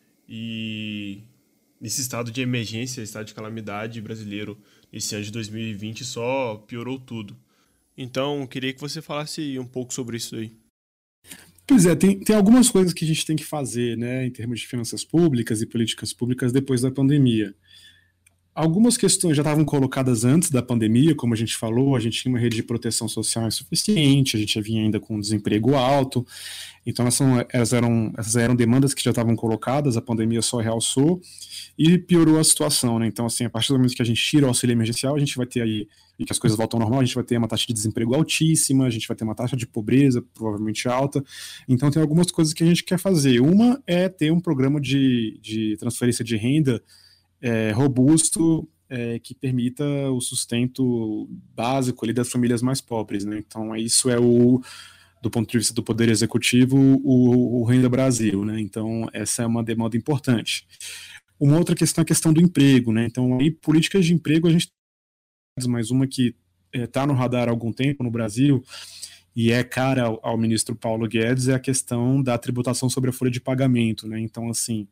e nesse estado de emergência, estado de calamidade brasileiro, esse ano de dois mil e vinte só piorou tudo. Então, queria que você falasse um pouco sobre isso aí. Pois é, tem, tem algumas coisas que a gente tem que fazer, né, em termos de finanças públicas e políticas públicas depois da pandemia. Algumas questões já estavam colocadas antes da pandemia, como a gente falou, a gente tinha uma rede de proteção social insuficiente, a gente vinha ainda com um desemprego alto, então essas, essas, eram, essas eram demandas que já estavam colocadas, a pandemia só realçou e piorou a situação, né? Então, assim, a partir do momento que a gente tira o auxílio emergencial, a gente vai ter aí, e que as coisas voltam ao normal, a gente vai ter uma taxa de desemprego altíssima, a gente vai ter uma taxa de pobreza provavelmente alta, então tem algumas coisas que a gente quer fazer. Uma é ter um programa de, de transferência de renda É, robusto, é, que permita o sustento básico ali das famílias mais pobres, né? Então, isso é o, do ponto de vista do Poder Executivo, o, o Renda Brasil, né? Então, essa é uma demanda importante. Uma outra questão é a questão do emprego, né? Então, aí, políticas de emprego, a gente tem mais uma que está é, no radar há algum tempo no Brasil, e é cara ao, ao ministro Paulo Guedes, é a questão da tributação sobre a folha de pagamento, né? Então, assim,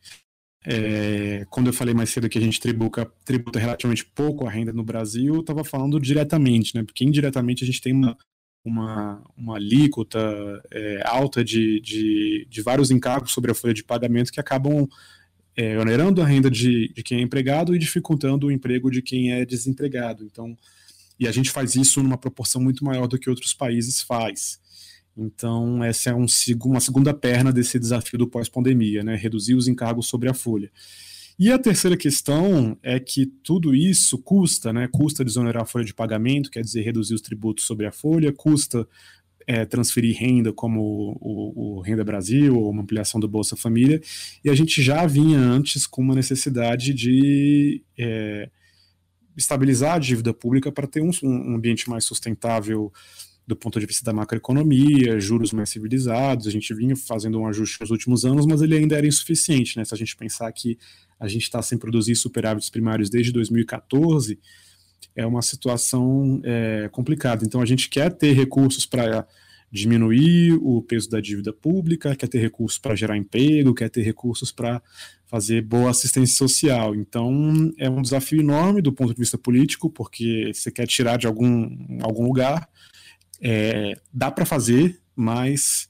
É, quando eu falei mais cedo que a gente tributa, tributa relativamente pouco a renda no Brasil, eu estava falando diretamente, né? Porque indiretamente a gente tem uma, uma, uma alíquota é, alta de, de, de vários encargos sobre a folha de pagamento que acabam é, onerando a renda de, de quem é empregado e dificultando o emprego de quem é desempregado. Então, e a gente faz isso numa proporção muito maior do que outros países faz. Então, essa é um, uma segunda perna desse desafio do pós-pandemia, né? Reduzir os encargos sobre a folha. E a terceira questão é que tudo isso custa, né? Custa desonerar a folha de pagamento, quer dizer, reduzir os tributos sobre a folha, custa é, transferir renda como o, o Renda Brasil ou uma ampliação do Bolsa Família, e a gente já vinha antes com uma necessidade de é, estabilizar a dívida pública para ter um, um ambiente mais sustentável do ponto de vista da macroeconomia, juros mais civilizados. A gente vinha fazendo um ajuste nos últimos anos, mas ele ainda era insuficiente, né? Se a gente pensar que a gente está sem produzir superávites primários desde dois mil e catorze, é uma situação é, complicada. Então a gente quer ter recursos para diminuir o peso da dívida pública, quer ter recursos para gerar emprego, quer ter recursos para fazer boa assistência social. Então é um desafio enorme do ponto de vista político, porque você quer tirar de algum, algum lugar. É, dá para fazer, mas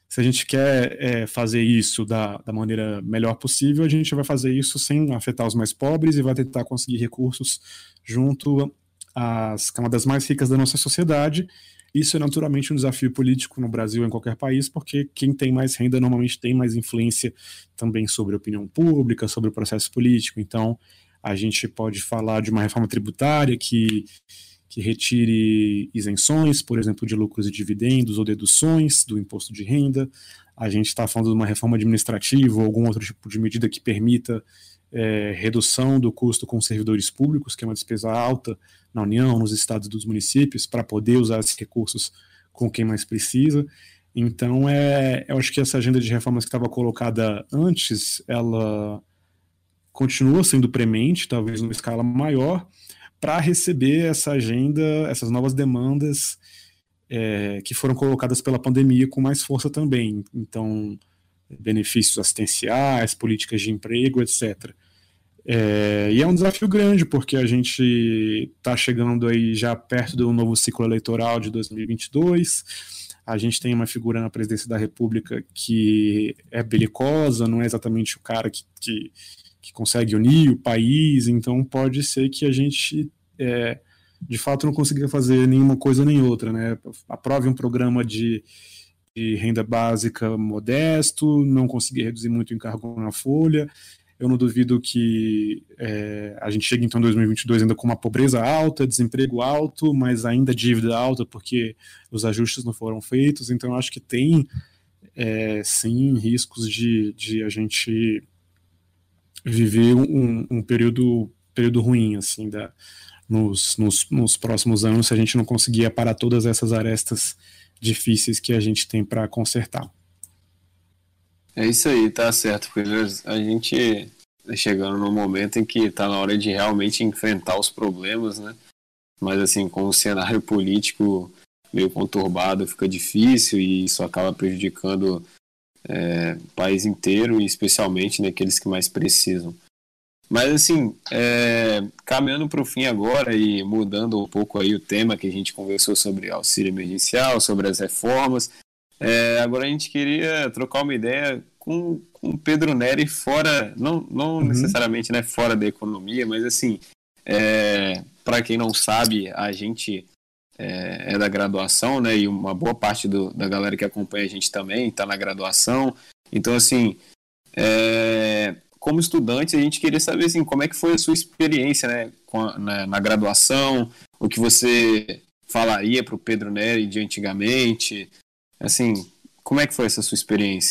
Se a gente quer é, fazer isso da, da maneira melhor possível, a gente vai fazer isso sem afetar os mais pobres e vai tentar conseguir recursos junto às camadas mais ricas da nossa sociedade. Isso é naturalmente um desafio político no Brasil ou em qualquer país, porque quem tem mais renda normalmente tem mais influência também sobre a opinião pública, sobre o processo político. Então, a gente pode falar de uma reforma tributária que que retire isenções, por exemplo, de lucros e dividendos ou deduções do imposto de renda. A gente está falando de uma reforma administrativa ou algum outro tipo de medida que permita é, redução do custo com servidores públicos, que é uma despesa alta na União, nos estados e dos municípios, para poder usar esses recursos com quem mais precisa. Então, é, eu acho que essa agenda de reformas que estava colocada antes, ela continua sendo premente, talvez numa escala maior, para receber essa agenda, essas novas demandas é, que foram colocadas pela pandemia com mais força também. Então, benefícios assistenciais, políticas de emprego, etcétera. É, e é um desafio grande, porque a gente está chegando aí já perto do novo ciclo eleitoral de dois mil e vinte e dois, a gente tem uma figura na presidência da República que é belicosa, não é exatamente o cara que... que que consegue unir o país, então pode ser que a gente, é, de fato, não consiga fazer nenhuma coisa nem outra, né? Aprove um programa de, de renda básica modesto, não conseguir reduzir muito o encargo na folha. Eu não duvido que é, a gente chegue então em dois mil e vinte e dois ainda com uma pobreza alta, desemprego alto, mas ainda dívida alta, porque os ajustes não foram feitos. Então, eu acho que tem, é, sim, riscos de, de a gente viver um, um período, período ruim, assim, da, nos, nos, nos próximos anos, se a gente não conseguir aparar todas essas arestas difíceis que a gente tem para consertar. É isso aí, tá certo, porque a gente tá chegando num momento em que tá na hora de realmente enfrentar os problemas, né? Mas assim, com o cenário político meio conturbado, fica difícil e isso acaba prejudicando É, o país inteiro e especialmente naqueles, né, que mais precisam. Mas assim, é, caminhando para o fim agora e mudando um pouco aí o tema que a gente conversou sobre auxílio emergencial, sobre as reformas, é, agora a gente queria trocar uma ideia com o Pedro Neri fora, não, não uhum. necessariamente, né, fora da economia, mas assim, é, para quem não sabe, a gente É, é da graduação, né, e uma boa parte do, da galera que acompanha a gente também está na graduação. Então, assim, é, como estudante, a gente queria saber, assim, como é que foi a sua experiência, né, com a, na, na graduação, o que você falaria para o Pedro Neri de antigamente, assim, como é que foi essa sua experiência?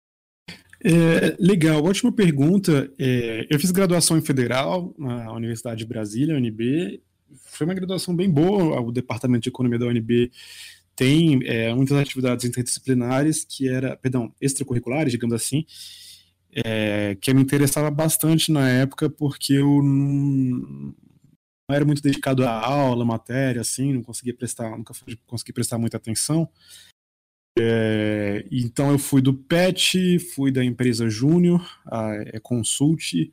É, legal, ótima pergunta. É, eu fiz graduação em federal na Universidade de Brasília, U N B. Foi uma graduação bem boa. O departamento de economia da U N B tem é, muitas atividades interdisciplinares que era, perdão, extracurriculares, digamos assim, é, que me interessava bastante na época, porque eu não, não era muito dedicado à aula, matéria, assim, não conseguia prestar, nunca consegui prestar muita atenção. É, então eu fui do P E T, fui da empresa Júnior, a é, Consult.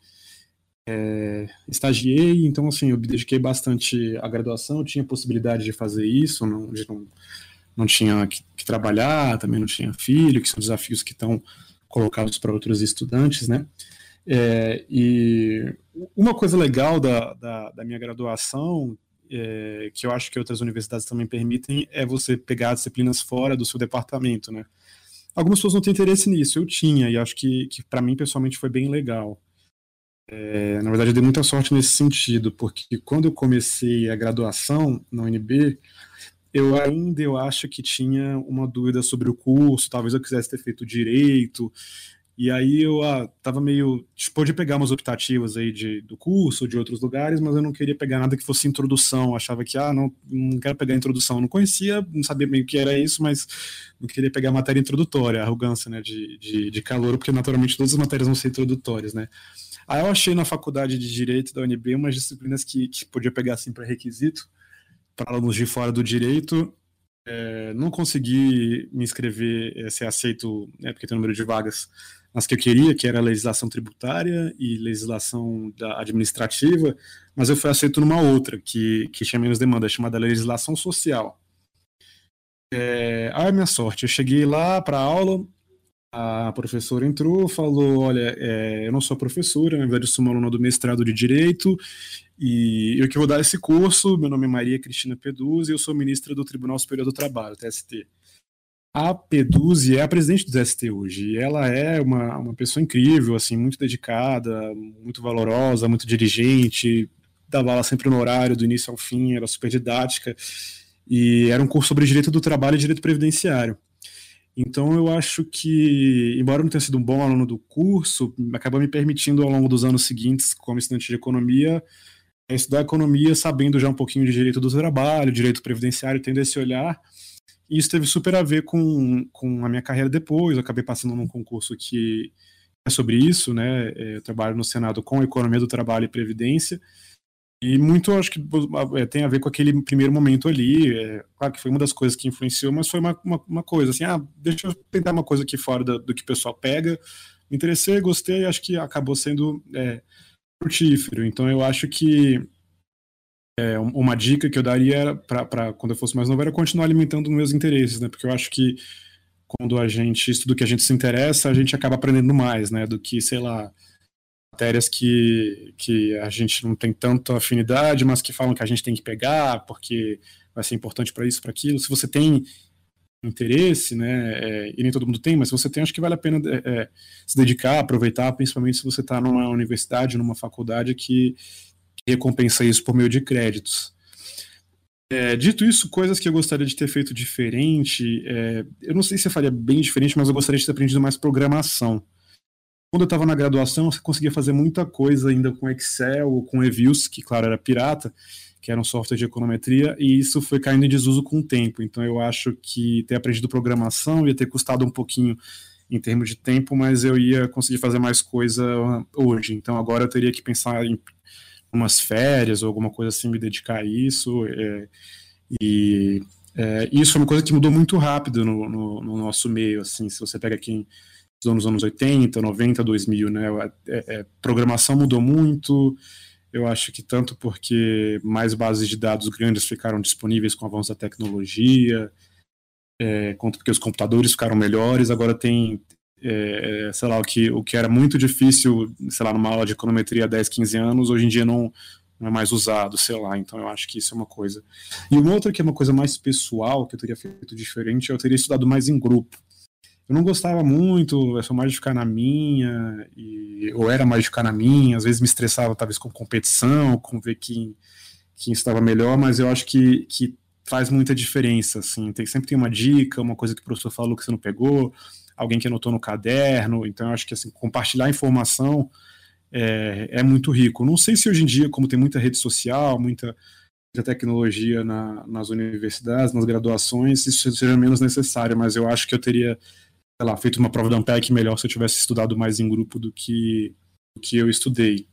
É, estagiei, então assim, eu me dediquei bastante à graduação, eu tinha possibilidade de fazer isso, não, de não, não tinha que, que trabalhar, também não tinha filho, que são desafios que estão colocados para outros estudantes, né? É, e uma coisa legal da, da, da minha graduação, é, que eu acho que outras universidades também permitem, é você pegar disciplinas fora do seu departamento, né? Algumas pessoas não têm interesse nisso, eu tinha, e acho que, que para mim, pessoalmente, foi bem legal. É, na verdade, eu dei muita sorte nesse sentido, porque quando eu comecei a graduação na U N B, eu ainda eu acho que tinha uma dúvida sobre o curso, talvez eu quisesse ter feito direito, e aí eu ah, tava meio... Podia pegar umas optativas aí de, do curso, de outros lugares, mas eu não queria pegar nada que fosse introdução, eu achava que, ah, não, não quero pegar introdução, eu não conhecia, não sabia meio o que era isso, mas não queria pegar matéria introdutória, a arrogância, né, de, de, de calor, porque naturalmente todas as matérias vão ser introdutórias, né. Aí eu achei na faculdade de Direito da U N B umas disciplinas que, que podia pegar assim para requisito, para alunos de fora do direito. É, não consegui me inscrever, é, ser aceito, né, porque tem um número de vagas nas que eu queria, que era legislação tributária e legislação da administrativa, mas eu fui aceito numa outra, que, que tinha menos demanda, chamada legislação social. É, ah, minha sorte, eu cheguei lá para aula, a professora entrou, falou, olha, é, eu não sou professora, na verdade eu sou uma aluna do mestrado de Direito, e eu que vou dar esse curso, meu nome é Maria Cristina Peduzzi, eu sou ministra do Tribunal Superior do Trabalho, T S T. A Peduzzi é a presidente do T S T hoje, e ela é uma, uma pessoa incrível, assim, muito dedicada, muito valorosa, muito dirigente, dava aula sempre no horário, do início ao fim, era super didática, e era um curso sobre direito do trabalho e direito previdenciário. Então eu acho que, embora eu não tenha sido um bom aluno do curso, acabou me permitindo ao longo dos anos seguintes, como estudante de economia, estudar economia sabendo já um pouquinho de direito do trabalho, direito previdenciário, tendo esse olhar. E isso teve super a ver com, com a minha carreira depois. Eu acabei passando num concurso que é sobre isso, né? Eu trabalho no Senado com economia do trabalho e previdência. E muito, acho que é, tem a ver com aquele primeiro momento ali. É, claro que foi uma das coisas que influenciou, mas foi uma, uma, uma coisa assim, ah, deixa eu tentar uma coisa aqui fora do, do que o pessoal pega. Me interessei, gostei, acho que acabou sendo é, frutífero. Então eu acho que é, uma dica que eu daria para quando eu fosse mais novo era continuar alimentando meus interesses, né? Porque eu acho que quando a gente estuda o que a gente se interessa, a gente acaba aprendendo mais, né? Do que, sei lá, matérias que, que a gente não tem tanta afinidade, mas que falam que a gente tem que pegar porque vai ser importante para isso, para aquilo. Se você tem interesse, né, é, e nem todo mundo tem, mas se você tem, acho que vale a pena é, é, se dedicar, aproveitar, principalmente se você está numa universidade, numa faculdade que, que recompensa isso por meio de créditos. É, dito isso, coisas que eu gostaria de ter feito diferente, é, eu não sei se eu faria bem diferente, mas eu gostaria de ter aprendido mais programação. Quando eu estava na graduação, você conseguia fazer muita coisa ainda com Excel ou com Evius, que claro era pirata, que era um software de econometria, e isso foi caindo em desuso com o tempo. Então eu acho que ter aprendido programação ia ter custado um pouquinho em termos de tempo, mas eu ia conseguir fazer mais coisa hoje. Então agora eu teria que pensar em umas férias ou alguma coisa assim, me dedicar a isso. É, e é, isso é uma coisa que mudou muito rápido no, no, no nosso meio. Assim, se você pega aqui nos anos oitenta, noventa, dois mil, né? É, é, programação mudou muito. Eu acho que tanto porque mais bases de dados grandes ficaram disponíveis com o avanço da tecnologia, é, quanto porque os computadores ficaram melhores. Agora tem, é, sei lá, o que, o que era muito difícil, sei lá, numa aula de econometria há dez, quinze anos, hoje em dia não, não é mais usado, sei lá. Então eu acho que isso é uma coisa. E uma outra que é uma coisa mais pessoal, que eu teria feito diferente, eu teria estudado mais em grupo. Eu não gostava muito, eu sou mais de ficar na minha, e, ou era mais de ficar na minha, às vezes me estressava talvez com competição, com ver quem, quem estava melhor, mas eu acho que, que faz muita diferença, assim, tem, sempre tem uma dica, uma coisa que o professor falou que você não pegou, alguém que anotou no caderno, então eu acho que assim, compartilhar informação é, é muito rico. Não sei se hoje em dia, como tem muita rede social, muita, muita tecnologia na, nas universidades, nas graduações, isso seja menos necessário, mas eu acho que eu teria, sei lá, feito uma prova da Ampec melhor se eu tivesse estudado mais em grupo do que, do que eu estudei.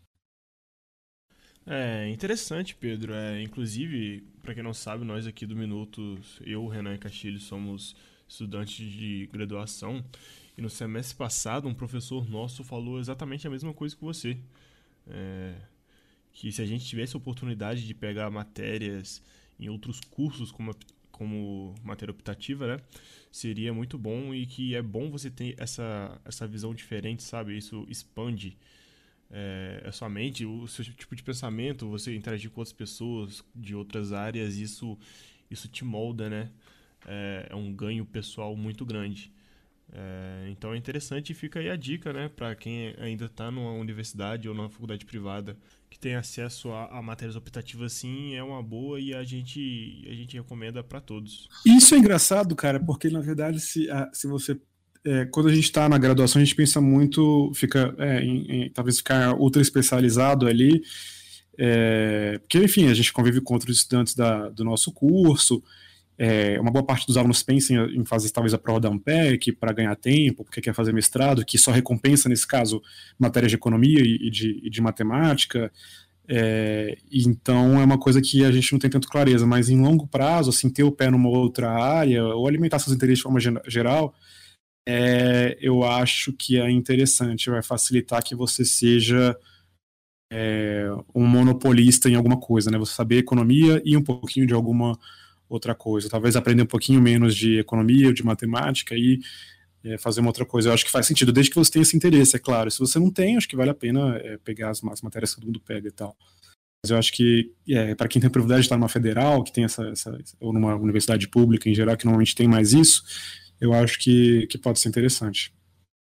É interessante, Pedro. É, inclusive, para quem não sabe, nós aqui do Minutos, eu, Renan e Castilho, somos estudantes de graduação. E no semestre passado, um professor nosso falou exatamente a mesma coisa que você. É, que se a gente tivesse a oportunidade de pegar matérias em outros cursos, como, como matéria optativa, né? Seria muito bom, e que é bom você ter essa, essa visão diferente, sabe? Isso expande é, a sua mente, o seu tipo de pensamento, você interagir com outras pessoas de outras áreas, isso, isso te molda, né? É, é um ganho pessoal muito grande. É, então é interessante, e fica aí a dica, né? Para quem ainda está numa universidade ou numa faculdade privada que tem acesso a, a matérias optativas, sim, é uma boa, e a gente, a gente recomenda para todos. Isso é engraçado, cara, porque na verdade se, se você é, quando a gente está na graduação a gente pensa muito, fica é, em, em, talvez ficar ultra especializado ali, é, porque enfim a gente convive com outros estudantes da, do nosso curso. É, uma boa parte dos alunos pensa em, em fazer talvez a prova da Ampec para ganhar tempo, porque quer fazer mestrado, que só recompensa, nesse caso, matérias de economia e, e, de, e de matemática. É, então é uma coisa que a gente não tem tanto clareza, mas em longo prazo, assim, ter o pé numa outra área, ou alimentar seus interesses de forma geral, é, eu acho que é interessante, vai facilitar que você seja é, um monopolista em alguma coisa, né? Você saber economia e um pouquinho de alguma outra coisa. Talvez aprender um pouquinho menos de economia ou de matemática e é, fazer uma outra coisa. Eu acho que faz sentido, desde que você tenha esse interesse, é claro. Se você não tem, acho que vale a pena é, pegar as, as matérias que todo mundo pega e tal. Mas eu acho que, é, para quem tem a privilégio de estar numa federal, que tem essa, essa, ou numa universidade pública em geral, que normalmente tem mais isso, eu acho que, que pode ser interessante.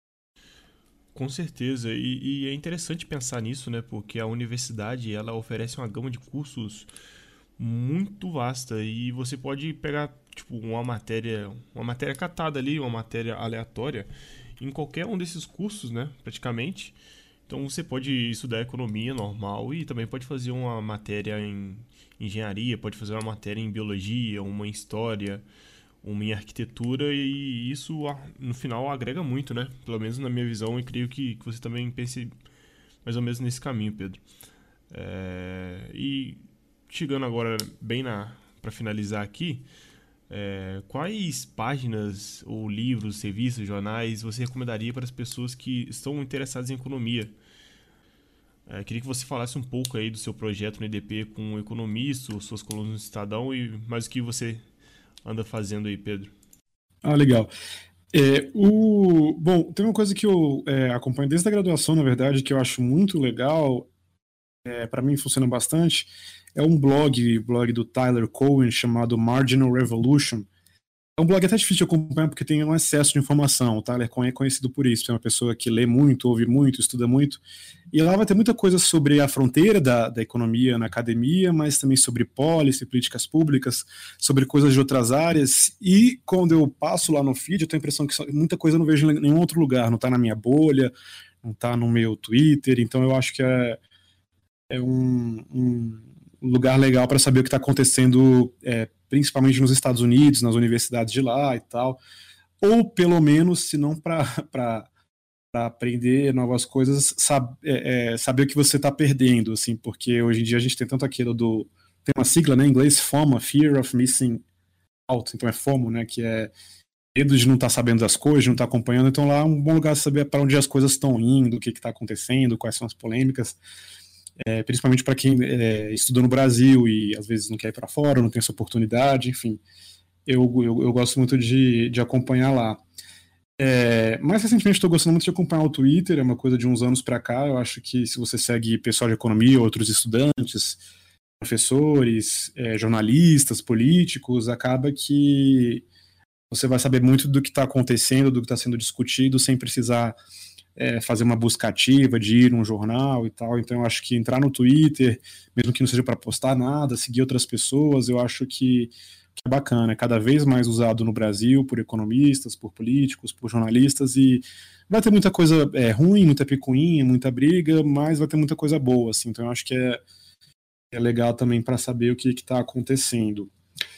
Com certeza, e, e é interessante pensar nisso, né? Porque a universidade, ela oferece uma gama de cursos muito vasta e você pode pegar tipo uma matéria, uma matéria catada ali, uma matéria aleatória em qualquer um desses cursos, né, praticamente. Então você pode estudar economia normal e também pode fazer uma matéria em engenharia, pode fazer uma matéria em biologia, uma em história, uma em arquitetura, e isso no final agrega muito, né? Pelo menos na minha visão, e creio que, que você também pense mais ou menos nesse caminho, Pedro. É, e chegando agora bem na para finalizar aqui, é, quais páginas ou livros, revistas, jornais você recomendaria para as pessoas que estão interessadas em economia? É, queria que você falasse um pouco aí do seu projeto no E D P com o Economista, suas colunas no Estadão e mais o que você anda fazendo aí, Pedro. Ah, legal. É, o... Bom, tem uma coisa que eu é, acompanho desde a graduação, na verdade, que eu acho muito legal, é, para mim funciona bastante, é um blog, blog do Tyler Cowen, chamado Marginal Revolution. É um blog até difícil de acompanhar porque tem um excesso de informação. O Tyler Cowen é conhecido por isso, é uma pessoa que lê muito, ouve muito, estuda muito. E lá vai ter muita coisa sobre a fronteira da, da economia na academia, mas também sobre policy, políticas públicas, sobre coisas de outras áreas. E quando eu passo lá no feed, eu tenho a impressão que muita coisa eu não vejo em nenhum outro lugar. Não está na minha bolha, não está no meu Twitter. Então eu acho que é, é um, um lugar legal para saber o que está acontecendo, é, principalmente nos Estados Unidos, nas universidades de lá e tal, ou pelo menos, se não para aprender novas coisas, sab, é, é, saber o que você está perdendo, assim, porque hoje em dia a gente tem tanto aquilo do, tem uma sigla, né, em inglês, FOMO, Fear of Missing Out, então é FOMO, né, que é medo de não estar tá sabendo das coisas, de não estar tá acompanhando, então lá é um bom lugar de saber para onde as coisas estão indo, o que está acontecendo, quais são as polêmicas. É, principalmente para quem é, estuda no Brasil e às vezes não quer ir para fora, não tem essa oportunidade, enfim, eu, eu, eu gosto muito de, de acompanhar lá. É, mais recentemente estou gostando muito de acompanhar o Twitter, é uma coisa de uns anos para cá. Eu acho que se você segue pessoal de economia, outros estudantes, professores, é, jornalistas, políticos, acaba que você vai saber muito do que está acontecendo, do que está sendo discutido, sem precisar É, fazer uma busca ativa de ir num jornal e tal. Então eu acho que entrar no Twitter, mesmo que não seja para postar nada, seguir outras pessoas, eu acho que, que é bacana, é cada vez mais usado no Brasil por economistas, por políticos, por jornalistas, e vai ter muita coisa é, ruim, muita picuinha, muita briga, mas vai ter muita coisa boa, assim. Então eu acho que é, é legal também para saber o que está acontecendo.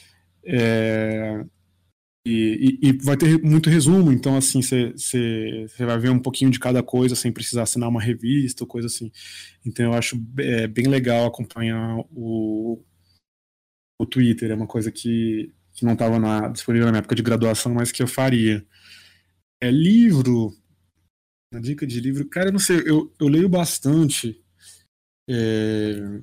É... E, e, e vai ter muito resumo, então assim, você vai ver um pouquinho de cada coisa sem precisar assinar uma revista ou coisa assim. Então eu acho é, bem legal acompanhar o, o Twitter, é uma coisa que, que não estava disponível na minha época de graduação, mas que eu faria. É livro, uma dica de livro, cara, eu não sei, eu, eu leio bastante, é,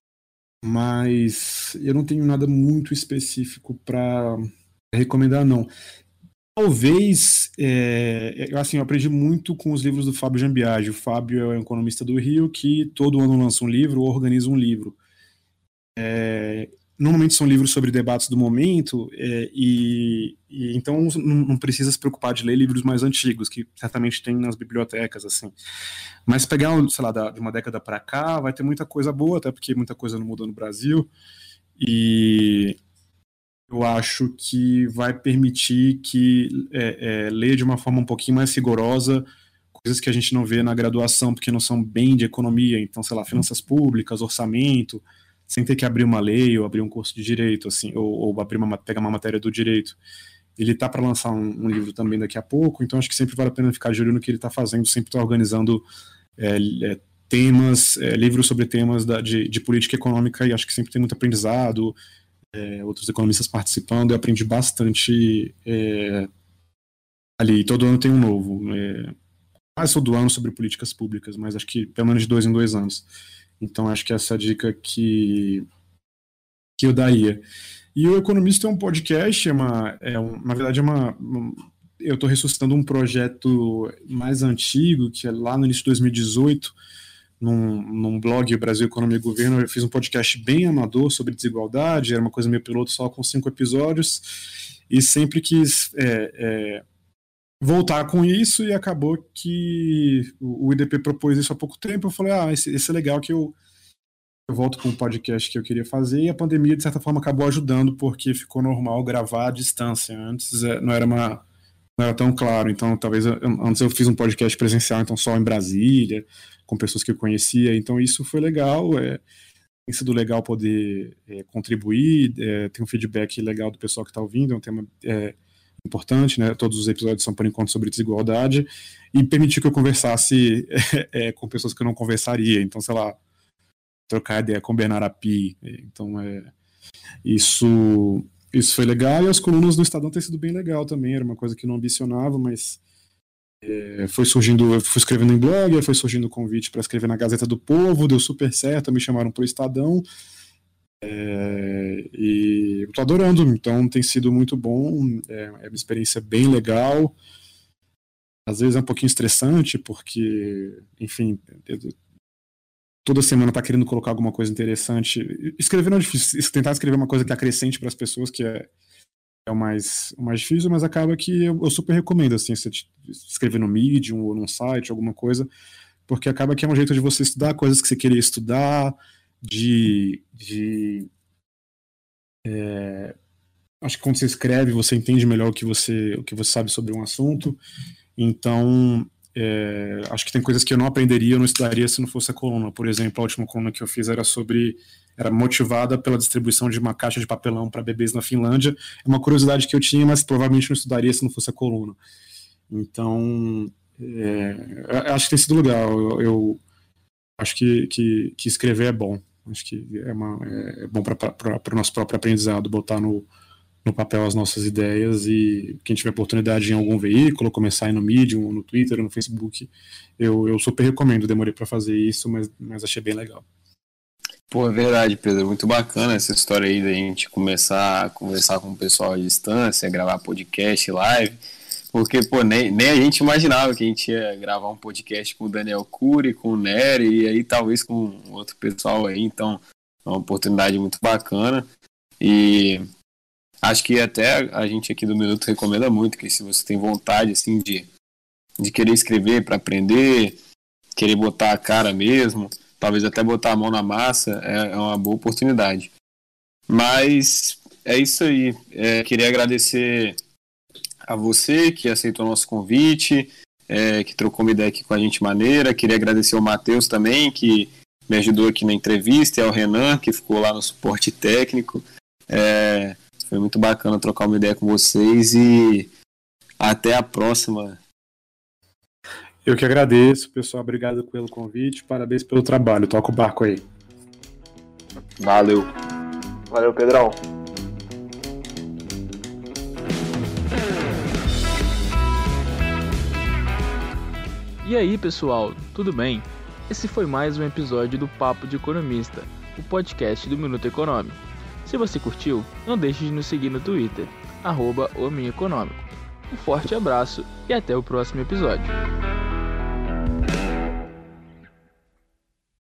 mas eu não tenho nada muito específico para recomendar, não. Talvez, é, eu, assim, eu aprendi muito com os livros do Fábio Jambiagi. O Fábio é um economista do Rio que todo ano lança um livro ou organiza um livro. É, normalmente são livros sobre debates do momento, é, e, e então não, não precisa se preocupar de ler livros mais antigos, que certamente tem nas bibliotecas, assim. Mas pegar, sei lá, da, de uma década para cá, vai ter muita coisa boa, até porque muita coisa não muda no Brasil, e eu acho que vai permitir que é, é, ler de uma forma um pouquinho mais rigorosa coisas que a gente não vê na graduação, porque não são bem de economia, então, sei lá, finanças públicas, orçamento, sem ter que abrir uma lei ou abrir um curso de direito, assim, ou, ou abrir uma, pegar uma matéria do direito. Ele está para lançar um, um livro também daqui a pouco, então acho que sempre vale a pena ficar de olho no que ele está fazendo, sempre está organizando é, é, temas, é, livros sobre temas da, de, de política econômica, e acho que sempre tem muito aprendizado, É, outros economistas participando, eu aprendi bastante é, ali. Todo ano tem um novo, é, quase todo ano sobre políticas públicas, mas acho que pelo menos de dois em dois anos. Então acho que essa é a dica que, que eu daria. E o Economista é um podcast, é uma, é um, na verdade é uma, uma eu estou ressuscitando um projeto mais antigo, que é lá no início de dois mil e dezoito, num, num blog Brasil, Economia e Governo, eu fiz um podcast bem amador sobre desigualdade, era uma coisa meio piloto só com cinco episódios, e sempre quis é, é, voltar com isso, e acabou que o, o I D P propôs isso há pouco tempo, eu falei, ah, esse, esse é legal que eu eu volto com o podcast que eu queria fazer, e a pandemia, de certa forma, acabou ajudando, porque ficou normal gravar à distância. Antes não era, uma, não era tão claro, então talvez, eu, antes eu fiz um podcast presencial, então só em Brasília, com pessoas que eu conhecia, então isso foi legal, é, tem sido legal poder é, contribuir, é, tem um feedback legal do pessoal que está ouvindo, é um tema é, importante, né? Todos os episódios são, por enquanto, sobre desigualdade, e permitiu que eu conversasse é, é, com pessoas que eu não conversaria, então, sei lá, trocar ideia com Bernardo Api, então é, isso, isso foi legal, e as colunas no Estadão têm sido bem legal também, era uma coisa que eu não ambicionava, mas é, foi surgindo, eu fui escrevendo em blog, foi surgindo o convite para escrever na Gazeta do Povo, deu super certo, me chamaram para o Estadão, é, e eu tô adorando, então tem sido muito bom, é, é uma experiência bem legal, às vezes é um pouquinho estressante, porque, enfim, eu, toda semana tá querendo colocar alguma coisa interessante. Escrever não é difícil, tentar escrever uma coisa que acrescente para as pessoas, que é, é o, mais, o mais difícil, mas acaba que eu, eu super recomendo, assim, você escrever no Medium ou num site, alguma coisa, porque acaba que é um jeito de você estudar coisas que você queria estudar, de... de é, acho que quando você escreve, você entende melhor o que você, o que você sabe sobre um assunto, então... É, acho que tem coisas que eu não aprenderia, eu não estudaria se não fosse a coluna. Por exemplo, a última coluna que eu fiz era sobre, era motivada pela distribuição de uma caixa de papelão para bebês na Finlândia. É uma curiosidade que eu tinha, mas provavelmente não estudaria se não fosse a coluna. Então, é, acho que tem sido legal. Eu, eu acho que, que, que escrever é bom. Acho que é, uma, é bom para o nosso próprio aprendizado, botar no no papel as nossas ideias, e quem tiver oportunidade em algum veículo, começar aí no Medium, no Twitter, no Facebook, eu, eu super recomendo. Demorei para fazer isso, mas, mas achei bem legal. Pô, é verdade, Pedro, muito bacana essa história aí da gente começar a conversar com o pessoal à distância, gravar podcast, live, porque, pô, nem, nem a gente imaginava que a gente ia gravar um podcast com o Daniel Cury, com o Nery, e aí talvez com outro pessoal aí, então é uma oportunidade muito bacana, e acho que até a gente aqui do Minuto recomenda muito que se você tem vontade assim, de, de querer escrever para aprender, querer botar a cara mesmo, talvez até botar a mão na massa, é, é uma boa oportunidade. Mas é isso aí. É, queria agradecer a você que aceitou o nosso convite, é, que trocou uma ideia aqui com a gente maneira. Queria agradecer ao Matheus também, que me ajudou aqui na entrevista, e ao Renan, que ficou lá no suporte técnico. É... Foi muito bacana trocar uma ideia com vocês e até a próxima. Eu que agradeço, pessoal. Obrigado pelo convite. Parabéns pelo trabalho. Toca o barco aí. Valeu. Valeu, Pedrão. E aí, pessoal, tudo bem? Esse foi mais um episódio do Papo de Economista, o podcast do Minuto Econômico. Se você curtiu, não deixe de nos seguir no Twitter, arroba o Minha Econômico. Um forte abraço e até o próximo episódio.